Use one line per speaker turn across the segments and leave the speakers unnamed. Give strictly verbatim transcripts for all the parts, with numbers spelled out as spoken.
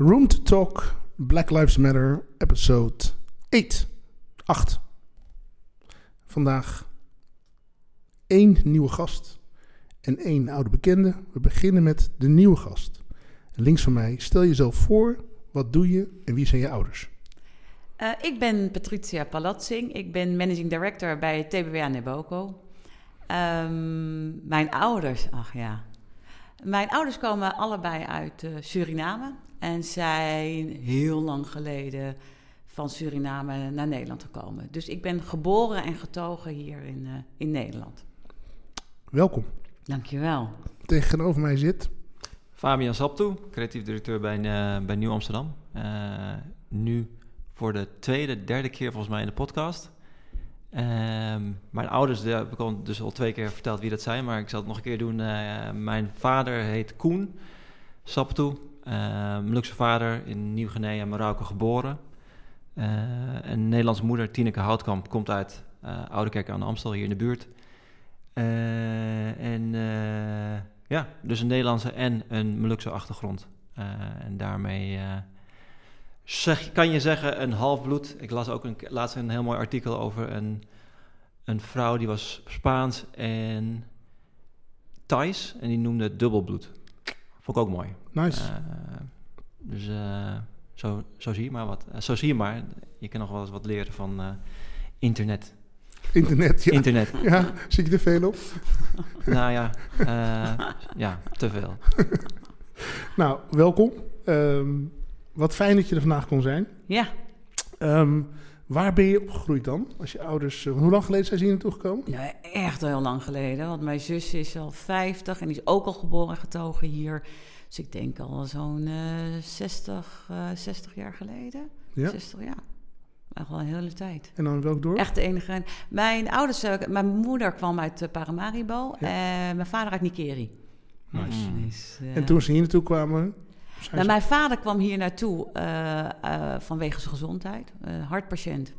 Room to Talk, Black Lives Matter, episode acht. acht. Vandaag één nieuwe gast en één oude bekende. We beginnen met de nieuwe gast. Links van mij, stel jezelf voor, wat doe je en wie zijn je ouders?
Uh, ik ben Patricia Palatzing. Ik ben managing director bij T B W A Neboco. Um, mijn ouders, ach ja. Mijn ouders komen allebei uit uh, Suriname. En zijn heel lang geleden van Suriname naar Nederland gekomen. Dus ik ben geboren en getogen hier in, uh, in Nederland.
Welkom.
Dankjewel.
Tegenover mij zit...
Fabian Saptoe, creatief directeur bij, uh, bij Nieuw Amsterdam. Uh, nu voor de tweede, derde keer volgens mij in de podcast. Um, mijn ouders, daar heb ik al dus al twee keer verteld wie dat zijn, maar ik zal het nog een keer doen. Uh, mijn vader heet Koen Saptoe, uh, Molukse vader in Nieuw-Guinea en Marokko geboren. Uh, een Nederlandse moeder, Tineke Houtkamp, komt uit uh, Oudekerk aan de Amstel, hier in de buurt. Uh, en uh, ja, dus een Nederlandse en een Molukse achtergrond. Uh, en daarmee... Uh, Zeg, kan je zeggen een halfbloed. Ik las ook een, laatst een heel mooi artikel over een, een vrouw die was Spaans en Thais. En die noemde het dubbelbloed. Vond ik ook mooi.
Nice. Uh,
dus uh, zo, zo zie je maar wat. Uh, zo zie je maar. Je kan nog wel eens wat leren van uh, internet.
Internet, ja.
Internet.
Ja, zit je er veel op?
Nou ja, uh, ja, te veel.
Nou, welkom. Um, Wat fijn dat je er vandaag kon zijn.
Ja.
Um, waar ben je opgegroeid dan? Als je ouders... Uh, hoe lang geleden zijn ze hier naartoe gekomen?
Nou, echt heel lang geleden. Want mijn zus is al vijftig en die is ook al geboren en getogen hier. Dus ik denk al zo'n uh, zestig, uh, zestig jaar geleden.
Ja?
zestig jaar. Echt wel een hele tijd.
En dan welk dorp?
Echt de enige. Mijn ouders... Uh, mijn moeder kwam uit uh, Paramaribo. Ja. En mijn vader uit Nikeri.
Nice.
Mm. Dus, uh,
en toen ze hier naartoe kwamen...
Nou, mijn vader kwam hier naartoe uh, uh, vanwege zijn gezondheid, uh, hartpatiënt.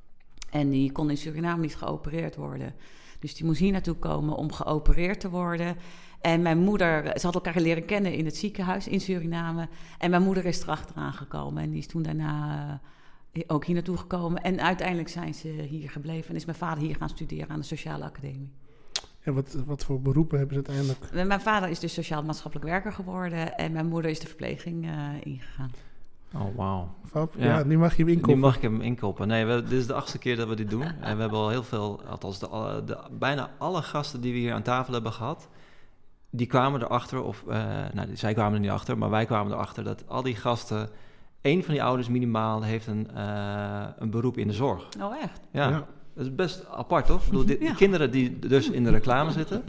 En die kon in Suriname niet geopereerd worden. Dus die moest hier naartoe komen om geopereerd te worden. En mijn moeder, ze had elkaar leren kennen in het ziekenhuis in Suriname. En mijn moeder is erachteraan gekomen en die is toen daarna uh, ook hier naartoe gekomen. En uiteindelijk zijn ze hier gebleven en is mijn vader hier gaan studeren aan de Sociale Academie.
En wat, wat voor beroepen hebben ze uiteindelijk?
Mijn vader is dus sociaal-maatschappelijk werker geworden en mijn moeder is de verpleging uh, ingegaan.
Oh, wauw.
Fab, ja. ja, nu mag je hem inkopen.
Nu mag ik hem inkopen. Nee, we, dit is de achtste keer dat we dit doen. En we hebben al heel veel, althans de, de, bijna alle gasten die we hier aan tafel hebben gehad, die kwamen erachter, of uh, nou, zij kwamen er niet achter, maar wij kwamen erachter dat al die gasten, één van die ouders minimaal heeft een, uh, een beroep in de zorg.
Oh, echt?
Ja.
ja.
Dat is best apart, toch? Ik bedoel, die, ja. die kinderen die dus in de reclame zitten,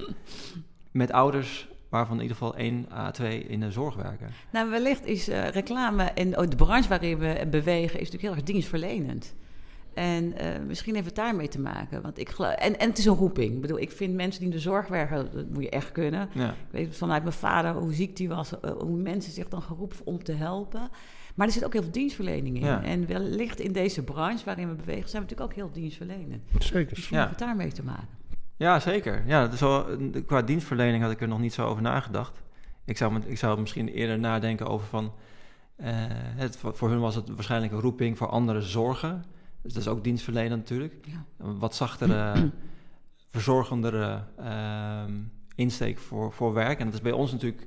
met ouders waarvan in ieder geval één à twee in de zorg werken.
Nou, wellicht is uh, reclame en oh, de branche waarin we bewegen is natuurlijk heel erg dienstverlenend. En uh, misschien heeft het daarmee te maken. Want ik geloof, en, en het is een roeping. Ik bedoel, ik vind mensen die in de zorg werken, dat moet je echt kunnen. Ja. Ik weet vanuit mijn vader hoe ziek die was, uh, hoe mensen zich dan geroepen om te helpen. Maar er zit ook heel veel dienstverlening in. Ja. En wellicht in deze branche waarin we bewegen, zijn we natuurlijk ook heel dienstverlenend.
Zeker.
Misschien
ja.
heeft het daarmee te maken.
Ja, zeker. Ja, zo, qua dienstverlening had ik er nog niet zo over nagedacht. Ik zou, ik zou misschien eerder nadenken over van... Uh, het, voor hun was het waarschijnlijk een roeping, voor anderen zorgen. Dus dat is ook dienstverlenen natuurlijk. Ja. Een wat zachtere, verzorgendere uh, insteek voor, voor werk. En dat is bij ons natuurlijk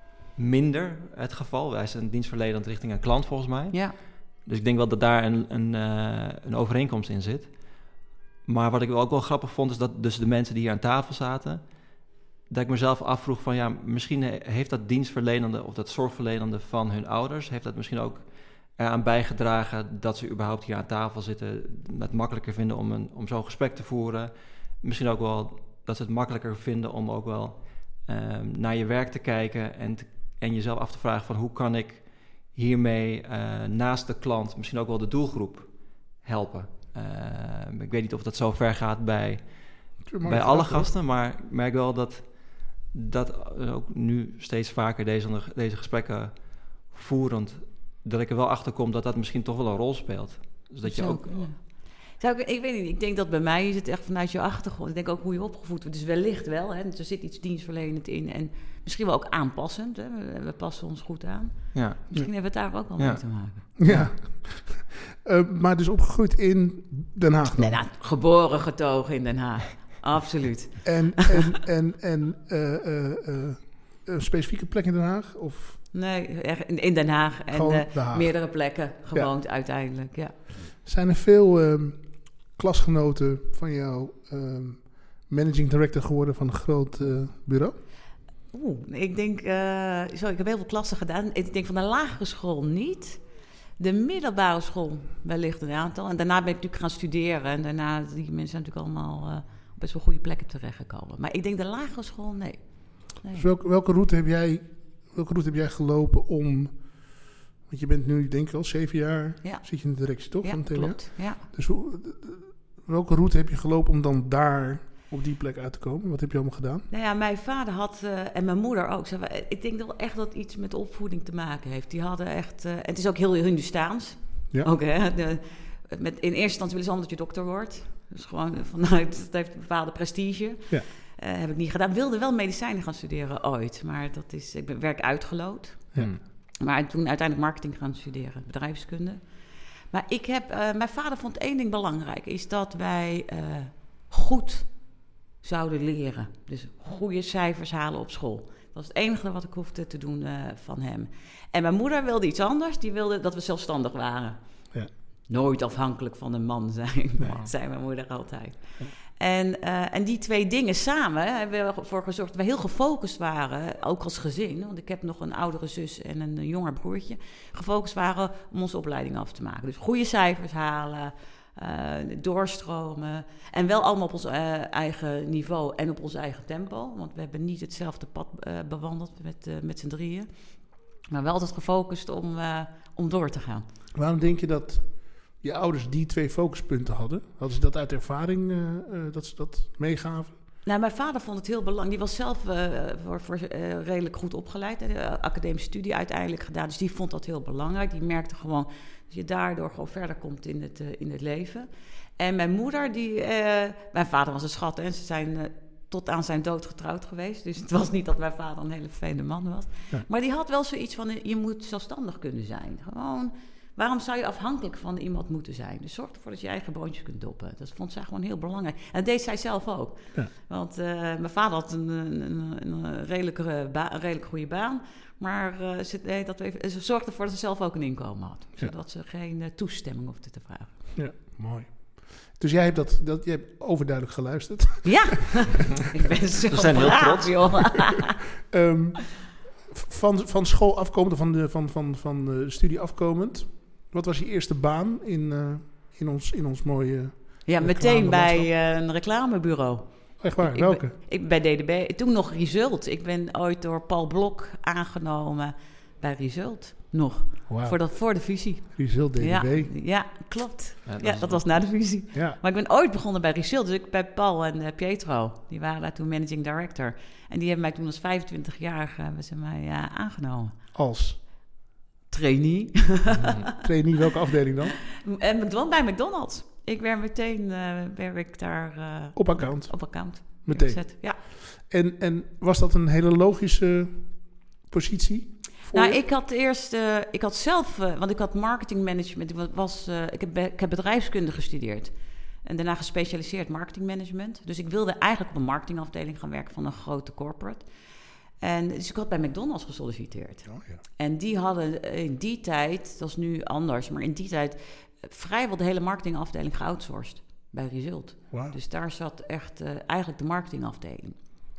minder het geval. Wij zijn dienstverlenend richting een klant volgens mij.
Ja.
Dus ik denk wel dat daar een, een, uh, een overeenkomst in zit. Maar wat ik ook wel grappig vond, is dat dus de mensen die hier aan tafel zaten, dat ik mezelf afvroeg van ja, misschien heeft dat dienstverlenende of dat zorgverlenende van hun ouders, heeft dat misschien ook eraan bijgedragen dat ze überhaupt hier aan tafel zitten, het makkelijker vinden om, een, om zo'n gesprek te voeren. Misschien ook wel dat ze het makkelijker vinden om ook wel um, naar je werk te kijken en, te, en jezelf af te vragen van hoe kan ik hiermee uh, naast de klant misschien ook wel de doelgroep helpen. Uh, ik weet niet of dat zo ver gaat bij, bij alle gasten, maar ik merk wel dat, dat ook nu steeds vaker deze, deze gesprekken voerend, dat ik er wel achter kom dat dat misschien toch wel een rol speelt. Dus dat je ook...
Ja. Zou ik, ik weet niet, ik denk dat bij mij is het echt vanuit je achtergrond. Ik denk ook hoe je opgevoed wordt. Dus wellicht wel, hè. Er zit iets dienstverlenend in. En misschien wel ook aanpassend. Hè. We, we passen ons goed aan.
Ja.
Misschien hebben we het daar ook wel
Ja.
mee te maken.
Ja. Uh, maar dus opgegroeid in Den Haag?
Nee, nou, geboren getogen in Den Haag. Absoluut.
En, en, en, en uh, uh, uh, een specifieke plek in Den Haag? Of?
Nee, echt in, in Den Haag. En uh, Haag. meerdere plekken gewoond ja. uiteindelijk, ja.
Zijn er veel um, klasgenoten van jou um, managing director geworden van een groot uh, bureau?
Oeh, ik denk... Uh, zo, ik heb heel veel klassen gedaan. Ik denk van de lagere school niet. De middelbare school wellicht een aantal. En daarna ben ik natuurlijk gaan studeren. En daarna die mensen zijn natuurlijk allemaal uh, op best wel goede plekken terechtgekomen. Maar ik denk de lagere school, nee. nee.
Dus welke, welke, route heb jij, welke route heb jij gelopen om... Want je bent nu, denk ik al, zeven jaar ja. zit je in de directie, toch?
Ja,
van het
klopt. Ja.
Dus hoe, welke route heb je gelopen om dan daar op die plek uit te komen? Wat heb je allemaal gedaan?
Nou ja, mijn vader had, uh, en mijn moeder ook. Ze, ik denk wel echt dat het iets met opvoeding te maken heeft. Die hadden echt... Uh, en het is ook heel Hindoestaans. Ja. Ook, hè? De, met, in eerste instantie willen ze dat je dokter wordt. Dus gewoon vanuit... Het heeft een bepaalde prestige. Ja. Uh, heb ik niet gedaan. Wilde wel medicijnen gaan studeren ooit. Maar dat is... Ik ben werk uitgeloot. Ja. Maar toen uiteindelijk marketing gaan studeren. Bedrijfskunde. Maar ik heb... Uh, mijn vader vond één ding belangrijk. Is dat wij uh, goed... zouden leren. Dus goede cijfers halen op school. Dat was het enige wat ik hoefde te doen uh, van hem. En mijn moeder wilde iets anders. Die wilde dat we zelfstandig waren. Ja. Nooit afhankelijk van een man zijn. Nee. Dat zei mijn moeder altijd. Ja. En, uh, en die twee dingen samen hebben we ervoor gezorgd dat we heel gefocust waren. Ook als gezin. Want ik heb nog een oudere zus en een jonger broertje. Gefocust waren om onze opleiding af te maken. Dus goede cijfers halen... Uh, doorstromen. En wel allemaal op ons uh, eigen niveau en op ons eigen tempo. Want we hebben niet hetzelfde pad uh, bewandeld met, uh, met z'n drieën. Maar wel altijd gefocust om, uh, om door te gaan. Waarom
denk je dat je ouders die twee focuspunten hadden? Hadden ze dat uit ervaring, uh, uh, dat ze dat meegaven?
Nou, mijn vader vond het heel belangrijk. Die was zelf uh, voor, voor, uh, redelijk goed opgeleid. Uh, academische studie uiteindelijk gedaan. Dus die vond dat heel belangrijk. Die merkte gewoon... dat je daardoor gewoon verder komt in het, uh, in het leven. En mijn moeder, die... Uh, mijn vader was een schat en ze zijn uh, tot aan zijn dood getrouwd geweest. Dus het was niet dat mijn vader een hele vervelende man was. Ja. Maar die had wel zoiets van, je moet zelfstandig kunnen zijn. Gewoon, waarom zou je afhankelijk van iemand moeten zijn? Dus zorg ervoor dat je eigen boontjes kunt doppen. Dat vond zij gewoon heel belangrijk. En dat deed zij zelf ook. Ja. Want uh, mijn vader had een, een, een, redelijke ba- een redelijk goede baan... Maar uh, ze, nee, dat we, ze zorgde ervoor dat ze zelf ook een inkomen had. Zodat ja. ze geen uh, toestemming hoefde te vragen.
Ja, mooi. Dus jij hebt, dat, dat, jij hebt overduidelijk geluisterd.
Ja, ik ben zo
We zijn braaf, heel trots.
Joh.
um, van, van school afkomend, van de, van, van, van de studie afkomend. Wat was je eerste baan in, uh, in, ons, in ons mooie...
Ja, meteen bij uh, een reclamebureau.
Echt waar?
Ik,
Welke?
Ik, ik, bij D D B. Toen nog Result. Ik ben ooit door Paul Blok aangenomen bij Result. Nog. Wow. Voor, dat, voor de fusie.
Result D D B.
Ja, ja klopt. Ja, dat, ja, dat was
wel.
na de fusie.
Ja.
Maar ik ben ooit begonnen bij Result. Dus ik bij Paul en uh, Pietro. Die waren daar toen managing director. En die hebben mij toen als vijfentwintigjarige hebben ze mij uh, aangenomen.
Als?
Trainee.
Trainee, welke afdeling dan?
En bij McDonald's. Ik werd meteen, uh, werd ik daar... Uh,
op account?
Op account.
Meteen?
Gezet, ja.
En, en was dat een hele logische positie voor
Nou,
je?
ik had eerst... Uh, ik had zelf... Uh, want ik had marketingmanagement. Ik, was, uh, ik, heb, ik heb bedrijfskunde gestudeerd. En daarna gespecialiseerd marketingmanagement. Dus ik wilde eigenlijk op een marketingafdeling gaan werken van een grote corporate. En dus ik had bij McDonald's gesolliciteerd.
Oh, ja.
En die hadden in die tijd... Dat is nu anders, maar in die tijd... vrijwel de hele marketingafdeling geoutsourced bij Result.
Wow.
Dus daar zat echt uh, eigenlijk de marketingafdeling.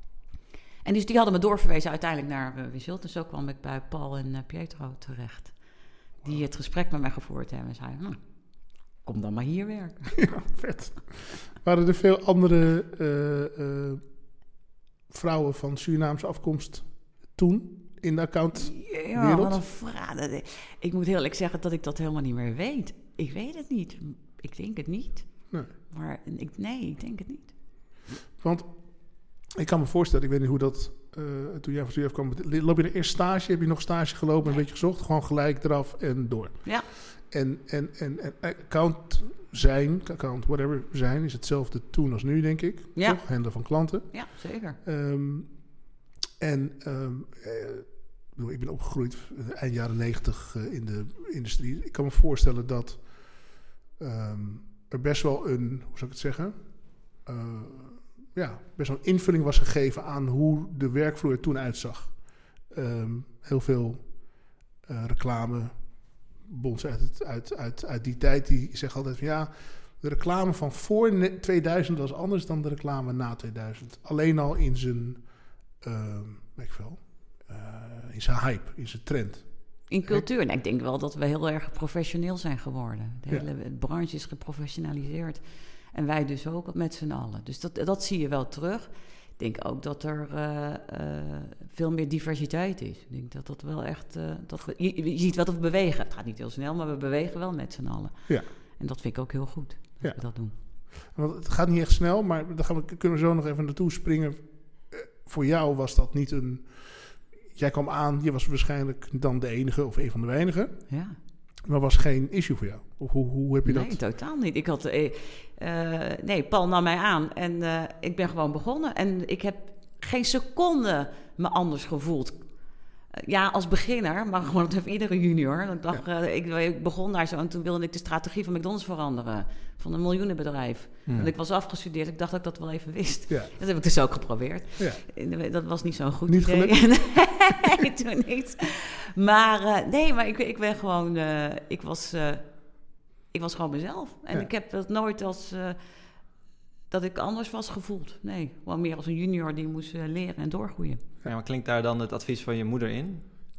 En dus die hadden me doorverwezen uiteindelijk naar uh, Result. En zo kwam ik bij Paul en uh, Pietro terecht. Die wow. het gesprek met mij gevoerd hebben. En zeiden, hm, kom dan maar hier werken.
Ja, vet. Waren er veel andere uh, uh, vrouwen van Surinaamse afkomst toen in de accountwereld?
Ja, wat een vraag. Ik moet heel eerlijk zeggen dat ik dat helemaal niet meer weet. Ik weet het niet. Ik denk het niet.
Nee.
Maar ik, nee, ik denk het niet.
Want ik kan me voorstellen, ik weet niet hoe dat... Uh, toen jij van studie afkwam, loop je er eerst stage? Heb je nog stage gelopen, nee. een beetje gezocht? Gewoon gelijk eraf en door.
Ja.
En, en, en, en account zijn, account whatever zijn, is hetzelfde toen als nu, denk ik.
Ja.
Toch? Handelen van klanten.
Ja, zeker.
Um, en um, eh, ik ben opgegroeid eind jaren negentig uh, in de industrie. Ik kan me voorstellen dat um, er best wel een, hoe zou ik het zeggen? Uh, ja, best wel een invulling was gegeven aan hoe de werkvloer er toen uitzag. Um, heel veel uh, reclame, bonds uit, het, uit, uit, uit die tijd, die zeggen altijd van ja, de reclame van voor tweeduizend was anders dan de reclame na tweeduizend. Alleen al in zijn, uh, weet ik veel, uh, in zijn hype, in zijn trend.
In cultuur. En ik denk wel dat we heel erg professioneel zijn geworden. De hele ja. branche is geprofessionaliseerd. En wij dus ook met z'n allen. Dus dat, dat zie je wel terug. Ik denk ook dat er uh, uh, veel meer diversiteit is. Ik denk dat dat wel echt... Uh, dat we, je, je ziet wat we bewegen. Het gaat niet heel snel, maar we bewegen wel met z'n allen. Ja. En dat vind ik ook heel goed, dat ja. we dat doen.
Want het gaat niet echt snel, maar daar gaan we, kunnen we zo nog even naartoe springen. Uh, voor jou was dat niet een... Jij kwam aan, je was waarschijnlijk dan de enige of een van de weinigen.
Ja.
Maar was geen issue voor jou? Of hoe, hoe heb je
nee,
dat?
Nee, totaal niet. Ik had, uh, uh, nee, Paul nam mij aan en uh, ik ben gewoon begonnen. En ik heb geen seconde me anders gevoeld. Uh, ja, als beginner, maar gewoon dat heeft iedere junior. Ik, dacht, ja. uh, ik, ik begon daar zo en toen wilde ik de strategie van McDonald's veranderen. Van een miljoenenbedrijf. Hmm. Want ik was afgestudeerd. Ik dacht dat ik dat wel even wist. Ja. Dat heb ik dus ook geprobeerd. Ja. Dat was niet zo'n goed
niet
idee. Nee, toen niet. Maar uh, nee, maar ik, ik ben gewoon... Uh, ik, was, uh, ik was gewoon mezelf. En ja. ik heb dat nooit als... Uh, dat ik anders was gevoeld. Nee, gewoon meer als een junior die moest uh, leren en doorgroeien.
Ja, maar klinkt daar dan het advies van je moeder in?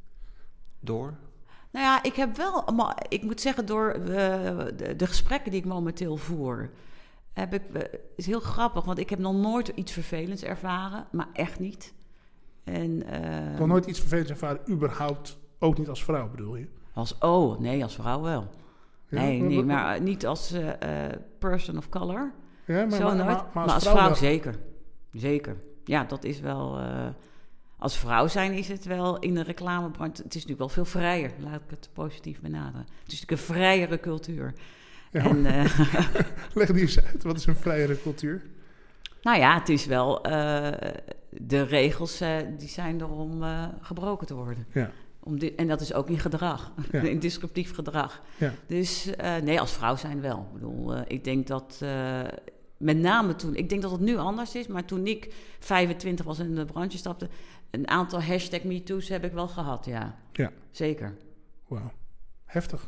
Door?
Nou ja, ik heb wel... Maar ik moet zeggen, door uh, de, de gesprekken die ik momenteel voer... Heb ik, uh, is heel grappig, want ik heb nog nooit iets vervelends ervaren. Maar echt niet. En, uh,
nog nooit iets vervelends ervaren, überhaupt, ook niet als vrouw bedoel je?
Als, oh, nee, als vrouw wel. Ja, nee, maar, nee, maar niet als uh, uh, person of color.
Ja, maar,
Zo
maar,
nooit.
maar, maar,
maar
als,
als
vrouw,
vrouw
wel...
zeker. Zeker. Ja, dat is wel... Uh, als vrouw zijn is het wel in de reclamebranche... Het is natuurlijk wel veel vrijer, laat ik het positief benaderen. Het is natuurlijk een vrijere cultuur.
Ja,
en, uh,
leg die eens uit, wat is een vrijere cultuur?
Nou ja, het is wel... Uh, de regels uh, die zijn er om uh, gebroken te worden.
Ja.
Om di- en dat is ook in gedrag, ja. in disruptief gedrag.
Ja.
Dus uh, nee, als vrouw zijn wel. Ik bedoel, uh, ik denk dat... Uh, met name toen... Ik denk dat het nu anders is, maar toen ik vijfentwintig was en in de branche stapte... een aantal hashtag MeToo's heb ik wel gehad, ja.
Ja.
Zeker.
Wauw. Heftig.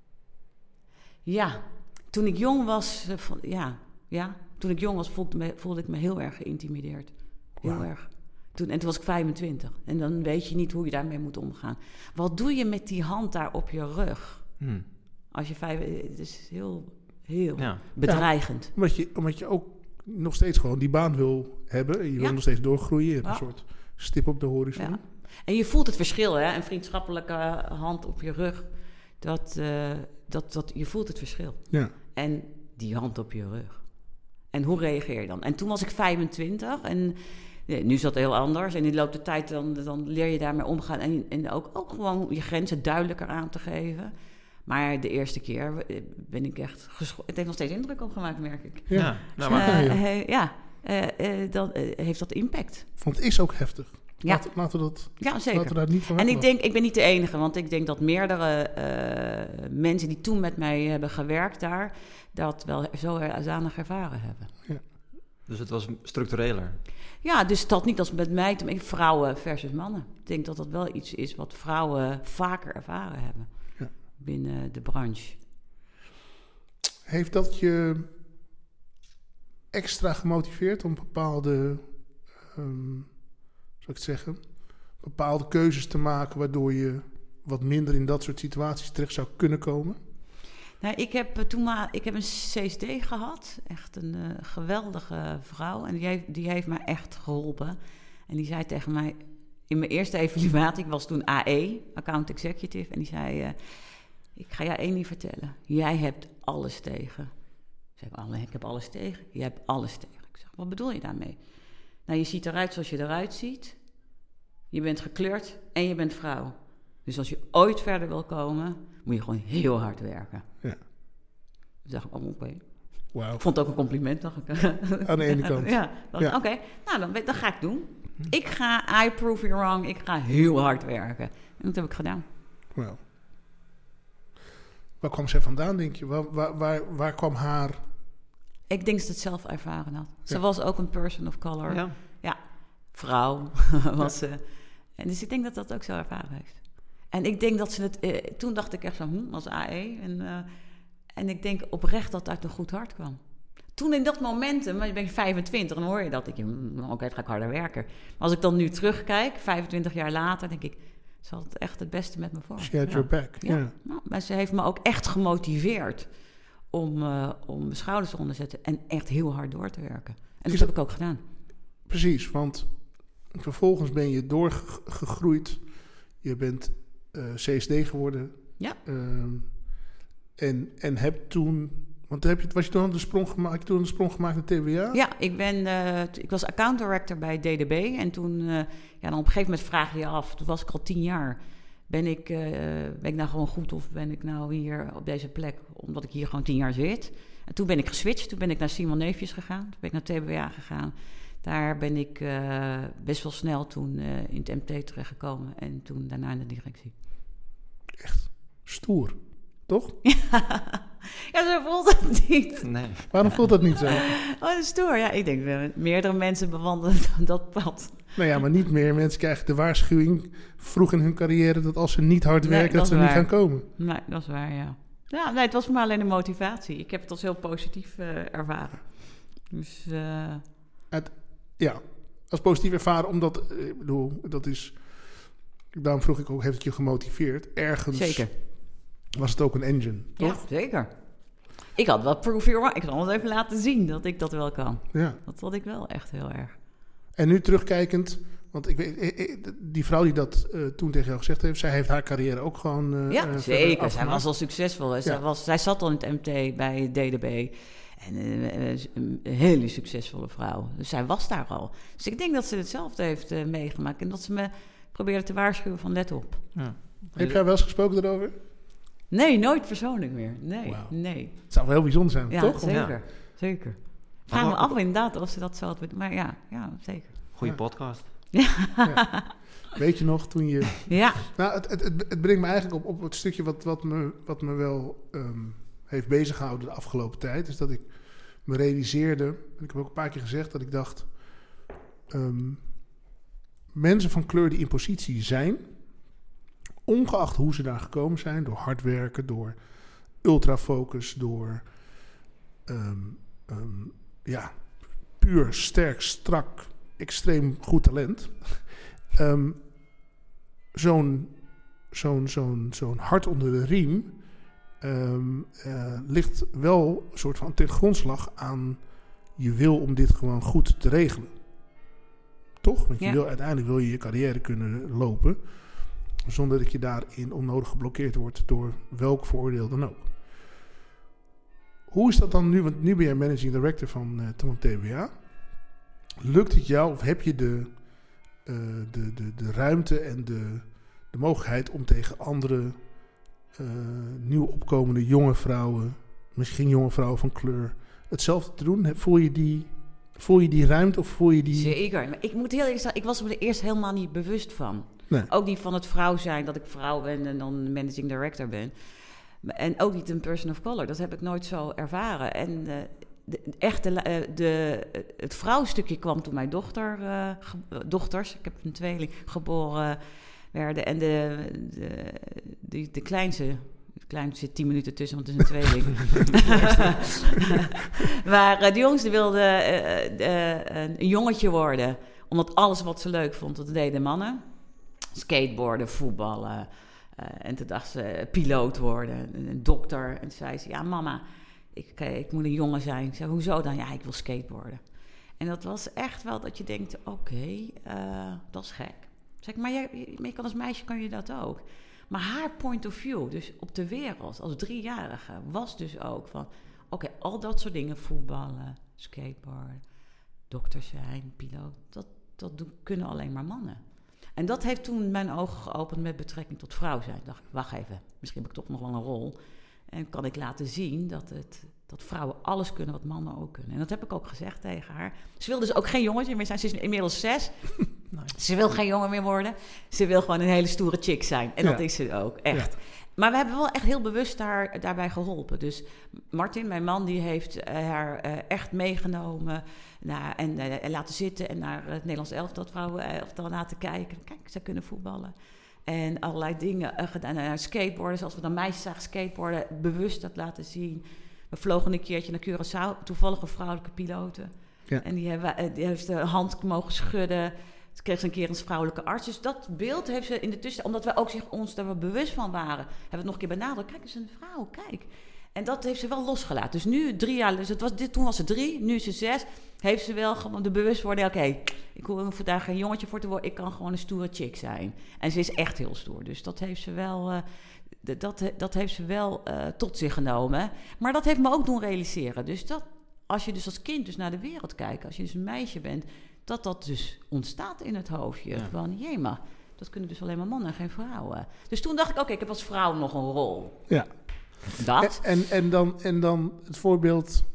Ja. Toen ik jong was... Uh, van, ja, ja. Toen ik jong was, voelde, me, voelde ik me heel erg geïntimideerd. Heel wow. erg. Toen, en toen was ik vijfentwintig. En dan weet je niet hoe je daarmee moet omgaan. Wat doe je met die hand daar op je rug? Hmm. Als je vijf... Het is heel, heel ja. bedreigend.
Ja, omdat, je, omdat je ook nog steeds gewoon die baan wil hebben. Je wil ja. nog steeds doorgroeien. Je hebt ja. een soort stip op de horizon. Ja.
En je voelt het verschil, hè? Een vriendschappelijke hand op je rug. Dat, uh, dat, dat, je voelt het verschil.
Ja.
En die hand op je rug. En hoe reageer je dan? En toen was ik vijfentwintig en ja, nu is dat heel anders. En in de loop der tijd dan, dan leer je daarmee omgaan. En, en ook, ook gewoon je grenzen duidelijker aan te geven. Maar de eerste keer ben ik echt geschokt. Het heeft nog steeds indruk op gemaakt, merk ik.
Ja, ja. Nou, maar,
uh, uh, ja uh, uh, dan uh, heeft dat impact.
Want het is ook heftig.
Ja.
Laten, laten we dat,
ja, zeker.
Laten we daar niet van
en ik denk, ik ben niet de enige, want ik denk dat meerdere uh, mensen die toen met mij hebben gewerkt daar, dat wel zo zanig ervaren hebben.
Ja.
Dus het was structureler?
Ja, dus dat niet als met mij, vrouwen versus mannen. Ik denk dat dat wel iets is wat vrouwen vaker ervaren hebben
ja.
binnen de branche.
Heeft dat je extra gemotiveerd om bepaalde... Um, zou ik het zeggen, bepaalde keuzes te maken waardoor je wat minder in dat soort situaties terecht zou kunnen komen?
Nou, ik heb toen maar, ik heb een C S D gehad, echt een uh, geweldige vrouw en die heeft, die heeft me echt geholpen. En die zei tegen mij in mijn eerste evaluatie, ik was toen A E, account executive, en die zei: uh, ik ga jou één ding vertellen, jij hebt alles tegen. Ik zei: ik heb alles tegen. Je hebt alles tegen. Ik zeg: wat bedoel je daarmee? Nou, je ziet eruit zoals je eruit ziet. Je bent gekleurd en je bent vrouw. Dus als je ooit verder wil komen, moet je gewoon heel hard werken.
Ja.
Toen dacht ik, oh, oké. Okay.
Wow.
Ik vond het ook een compliment, dacht ik.
Aan de ene kant.
Ja, dacht
ja.
Oké, okay, nou, dan, dan ga ik doen. Ik ga, I prove you wrong, ik ga heel hard werken. En dat heb ik gedaan.
Wow. Waar kwam zij vandaan, denk je? Waar, waar, waar, waar kwam haar...
Ik denk dat ze het zelf ervaren had. Ze
ja.
was ook een person of color.
Ja,
ja vrouw was ze. En dus ik denk dat dat ook zo ervaren heeft. En ik denk dat ze het... Eh, toen dacht ik echt zo, hm, als A E. En, uh, en ik denk oprecht dat het uit een goed hart kwam. Toen in dat momentum, maar je bent vijfentwintig... dan hoor je dat. Ik denk, hm, oké, okay, dan ga ik harder werken. Maar als ik dan nu terugkijk, vijfentwintig jaar later... denk ik, ze had het echt het beste met me voor.
She had
ja.
your back.
Ja.
Yeah.
Nou, maar ze heeft me ook echt gemotiveerd... om, uh, om mijn schouders eronder te zetten... en echt heel hard door te werken. En dat, dat heb ik ook gedaan.
Precies, want vervolgens ben je doorgegroeid. Je bent uh, C S D geworden.
Ja.
Uh, en, en heb toen... Want heb je, was je toen de sprong gemaakt, je toen de sprong gemaakt naar T W A?
Ja, ik, ben, uh, t- ik was account director bij D D B. En toen, uh, ja, dan op een gegeven moment vraag je je af... toen was ik al tien jaar... Ben ik, uh, ben ik nou gewoon goed of ben ik nou hier op deze plek... omdat ik hier gewoon tien jaar zit. En toen ben ik geswitcht. Toen ben ik naar Simon Neefjes gegaan. Toen ben ik naar T W A gegaan. Daar ben ik uh, best wel snel toen uh, in het M T terechtgekomen. En toen daarna in de directie.
Echt stoer, toch?
Ja, zo voelt het niet.
Nee.
Waarom voelt dat niet zo?
Oh, stoer. Ja, ik denk dat meerdere mensen bewandelen dat pad.
Nou ja, maar niet meer. Mensen krijgen de waarschuwing vroeg in hun carrière... dat als ze niet hard werken,
nee, dat,
dat ze
niet
niet gaan komen.
Nee, dat is waar, ja. Ja, nee, het was voor mij alleen een motivatie. Ik heb het als heel positief uh, ervaren. Dus... Uh...
Het, ja, als positief ervaren, omdat... Uh, ik bedoel, dat is... Daarom vroeg ik ook, heeft het je gemotiveerd? Ergens...
Zeker.
Was het ook een engine, toch?
Ja, zeker. Ik had wel proof your right. Ik zal het even laten zien dat ik dat wel kan.
Ja.
Dat had ik wel echt heel erg.
En nu terugkijkend, want ik weet, die vrouw die dat uh, toen tegen jou gezegd heeft, zij heeft haar carrière ook gewoon uh,
Ja,
uh,
zeker. Zij was al succesvol. Ja. Zij, was, zij zat al in het M T bij D D B. En uh, een hele succesvolle vrouw. Dus zij was daar al. Dus ik denk dat ze hetzelfde heeft uh, meegemaakt. En dat ze me probeerde te waarschuwen van let op.
Ja.
Heb jij wel eens gesproken daarover?
Nee, nooit persoonlijk meer. Nee,
wow.
nee.
Het zou wel heel bijzonder zijn,
ja,
toch?
Zeker,
ja.
zeker. Vraag me af inderdaad of ze dat zo had willen. Maar ja, ja, zeker.
Goeie
ja.
podcast.
Ja.
Ja. Weet je nog, toen je...
Ja.
Nou, het, het, het, het brengt me eigenlijk op, op het stukje wat, wat, me, wat me wel um, heeft beziggehouden de afgelopen tijd. Is dat ik me realiseerde, en ik heb ook een paar keer gezegd, dat ik dacht... Um, mensen van kleur die in positie zijn... ongeacht hoe ze daar gekomen zijn, door hard werken, door ultrafocus, door um, um, ja, puur, sterk, strak, extreem goed talent. Um, zo'n, zo'n, zo'n, zo'n hart onder de riem um, uh, ligt wel een soort van ten grondslag aan je wil om dit gewoon goed te regelen. Toch? Want je
ja.
wil, uiteindelijk wil je je carrière kunnen lopen... zonder dat je daarin onnodig geblokkeerd wordt door welk vooroordeel dan ook. Hoe is dat dan nu? Want nu ben jij managing director van, uh, van T W A. Lukt het jou of heb je de, uh, de, de, de ruimte en de, de mogelijkheid om tegen andere uh, nieuw opkomende jonge vrouwen, misschien jonge vrouwen van kleur, hetzelfde te doen? Voel je die, voel je die ruimte of voel je die...
Zeker. Maar ik moet heel eerlijk zeggen, ik was er eerst helemaal niet bewust van.
Nee.
Ook niet van het vrouw zijn, dat ik vrouw ben en dan managing director ben. En ook niet een person of color. Dat heb ik nooit zo ervaren. En uh, de, echt de, uh, de, het vrouwstukje kwam toen mijn dochter, uh, ge, dochters, ik heb een tweeling, geboren werden. En de, de, de, de kleinste... De kleinste zit tien minuten tussen, want het is een tweeling. maar uh, de jongste wilde uh, uh, een jongetje worden. Omdat alles wat ze leuk vond, dat deden mannen. Skateboarden, voetballen. Uh, en toen dacht ze piloot worden, een, een dokter. En toen zei ze, ja mama, ik, ik moet een jongen zijn. Ik zei, hoezo dan? Ja, ik wil skateboarden. En dat was echt wel dat je denkt, oké, okay, uh, dat is gek. Zeg ik, maar, jij, maar je kan als meisje kan je dat ook. Maar haar point of view, dus op de wereld, als driejarige, was dus ook van... Oké, okay, al dat soort dingen, voetballen, skateboarden, dokter zijn, piloot... dat, dat doen, kunnen alleen maar mannen. En dat heeft toen mijn ogen geopend met betrekking tot vrouw zijn. Ik dacht, wacht even, misschien heb ik toch nog wel een rol. En kan ik laten zien dat, het, dat vrouwen alles kunnen wat mannen ook kunnen. En dat heb ik ook gezegd tegen haar. Ze wil dus ook geen jongetje meer zijn. Ze is inmiddels zes. Nice. Ze wil geen jongen meer worden. Ze wil gewoon een hele stoere chick zijn. En ja. dat is ze ook, echt. Ja. Maar we hebben wel echt heel bewust daar, daarbij geholpen. Dus Martin, mijn man, die heeft uh, haar uh, echt meegenomen naar, en uh, laten zitten en naar het Nederlands elftal, vrouwen elftal laten kijken. Kijk, ze kunnen voetballen. En allerlei dingen uh, gedaan. Uh, skateboarden, zoals we dan meisjes zagen skateboarden, bewust dat laten zien. We vlogen een keertje naar Curaçao, toevallig een vrouwelijke pilote. Ja. En die, hebben, uh, die heeft de hand mogen schudden. Ze kreeg ze een keer een vrouwelijke arts. Dus dat beeld heeft ze in de tussen... Omdat wij ook zich, ons daar bewust van waren... hebben we het nog een keer benadrukt. Kijk, eens een vrouw, kijk. En dat heeft ze wel losgelaten. Dus nu, drie jaar... Dus het was, dit, toen was ze drie, nu is ze zes. Heeft ze wel gewoon de bewustwording... Oké, okay, ik hoef daar geen jongetje voor te worden. Ik kan gewoon een stoere chick zijn. En ze is echt heel stoer. Dus dat heeft ze wel... Uh, dat, dat heeft ze wel uh, tot zich genomen. Maar dat heeft me ook doen realiseren. Dus dat... Als je dus als kind dus naar de wereld kijkt... Als je dus een meisje bent... dat dat dus ontstaat in het hoofdje. Ja. Van, jee, maar dat kunnen dus alleen maar mannen en geen vrouwen. Dus toen dacht ik, oké, okay, ik heb als vrouw nog een rol.
Ja.
Dat.
En, en, en, dan, en dan het voorbeeld...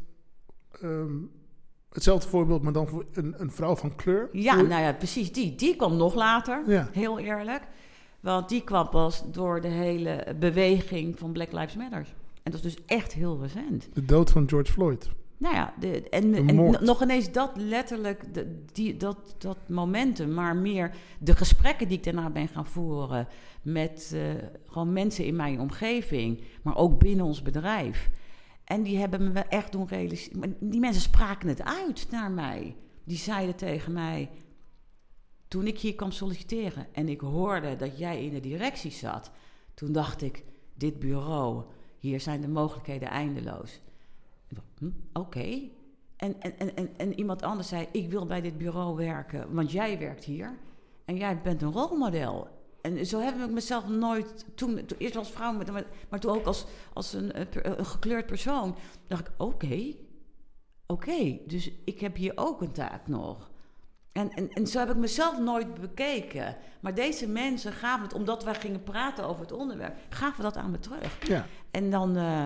Um, hetzelfde voorbeeld, maar dan voor een, een vrouw van kleur.
Ja, voor... nou ja, precies die. Die kwam nog later, ja. Heel eerlijk. Want die kwam pas door de hele beweging van Black Lives Matter. En dat is dus echt heel recent.
De dood van George Floyd.
Nou ja, de, en, en nog ineens dat letterlijk, de, die, dat, dat momentum, maar meer de gesprekken die ik daarna ben gaan voeren met uh, gewoon mensen in mijn omgeving, maar ook binnen ons bedrijf. En die hebben me echt doen realiseren. Die mensen spraken het uit naar mij. Die zeiden tegen mij, toen ik hier kwam solliciteren en ik hoorde dat jij in de directie zat, toen dacht ik, dit bureau, hier zijn de mogelijkheden eindeloos. Hm, Oké. Okay. En, en, en, en iemand anders zei, ik wil bij dit bureau werken, want jij werkt hier. En jij bent een rolmodel. En zo heb ik mezelf nooit, toen, toen eerst als vrouw, maar, maar toen ook als, als een, een gekleurd persoon, dacht ik, oké, okay, oké, okay, dus ik heb hier ook een taak nog. En, en, en zo heb ik mezelf nooit bekeken. Maar deze mensen gaven het, omdat wij gingen praten over het onderwerp, gaven dat aan me terug. Ja. En dan... Uh,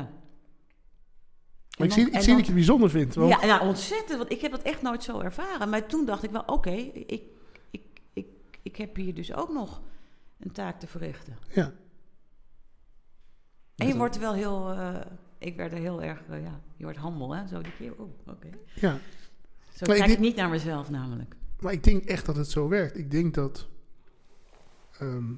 Maar ik zie, ik zie dan, dat je het bijzonder vindt. Want...
Ja, nou, ontzettend. Want ik heb het echt nooit zo ervaren. Maar toen dacht ik wel, oké, okay, ik, ik, ik, ik heb hier dus ook nog een taak te verrichten.
Ja.
En je wordt er wel heel... Uh, ik werd er heel erg... Uh, ja, je wordt handel, hè? Zo die keer. Oh, oké. Okay.
Ja.
Zo maar kijk ik, denk, ik niet naar mezelf namelijk.
Maar ik denk echt dat het zo werkt. Ik denk dat... Um,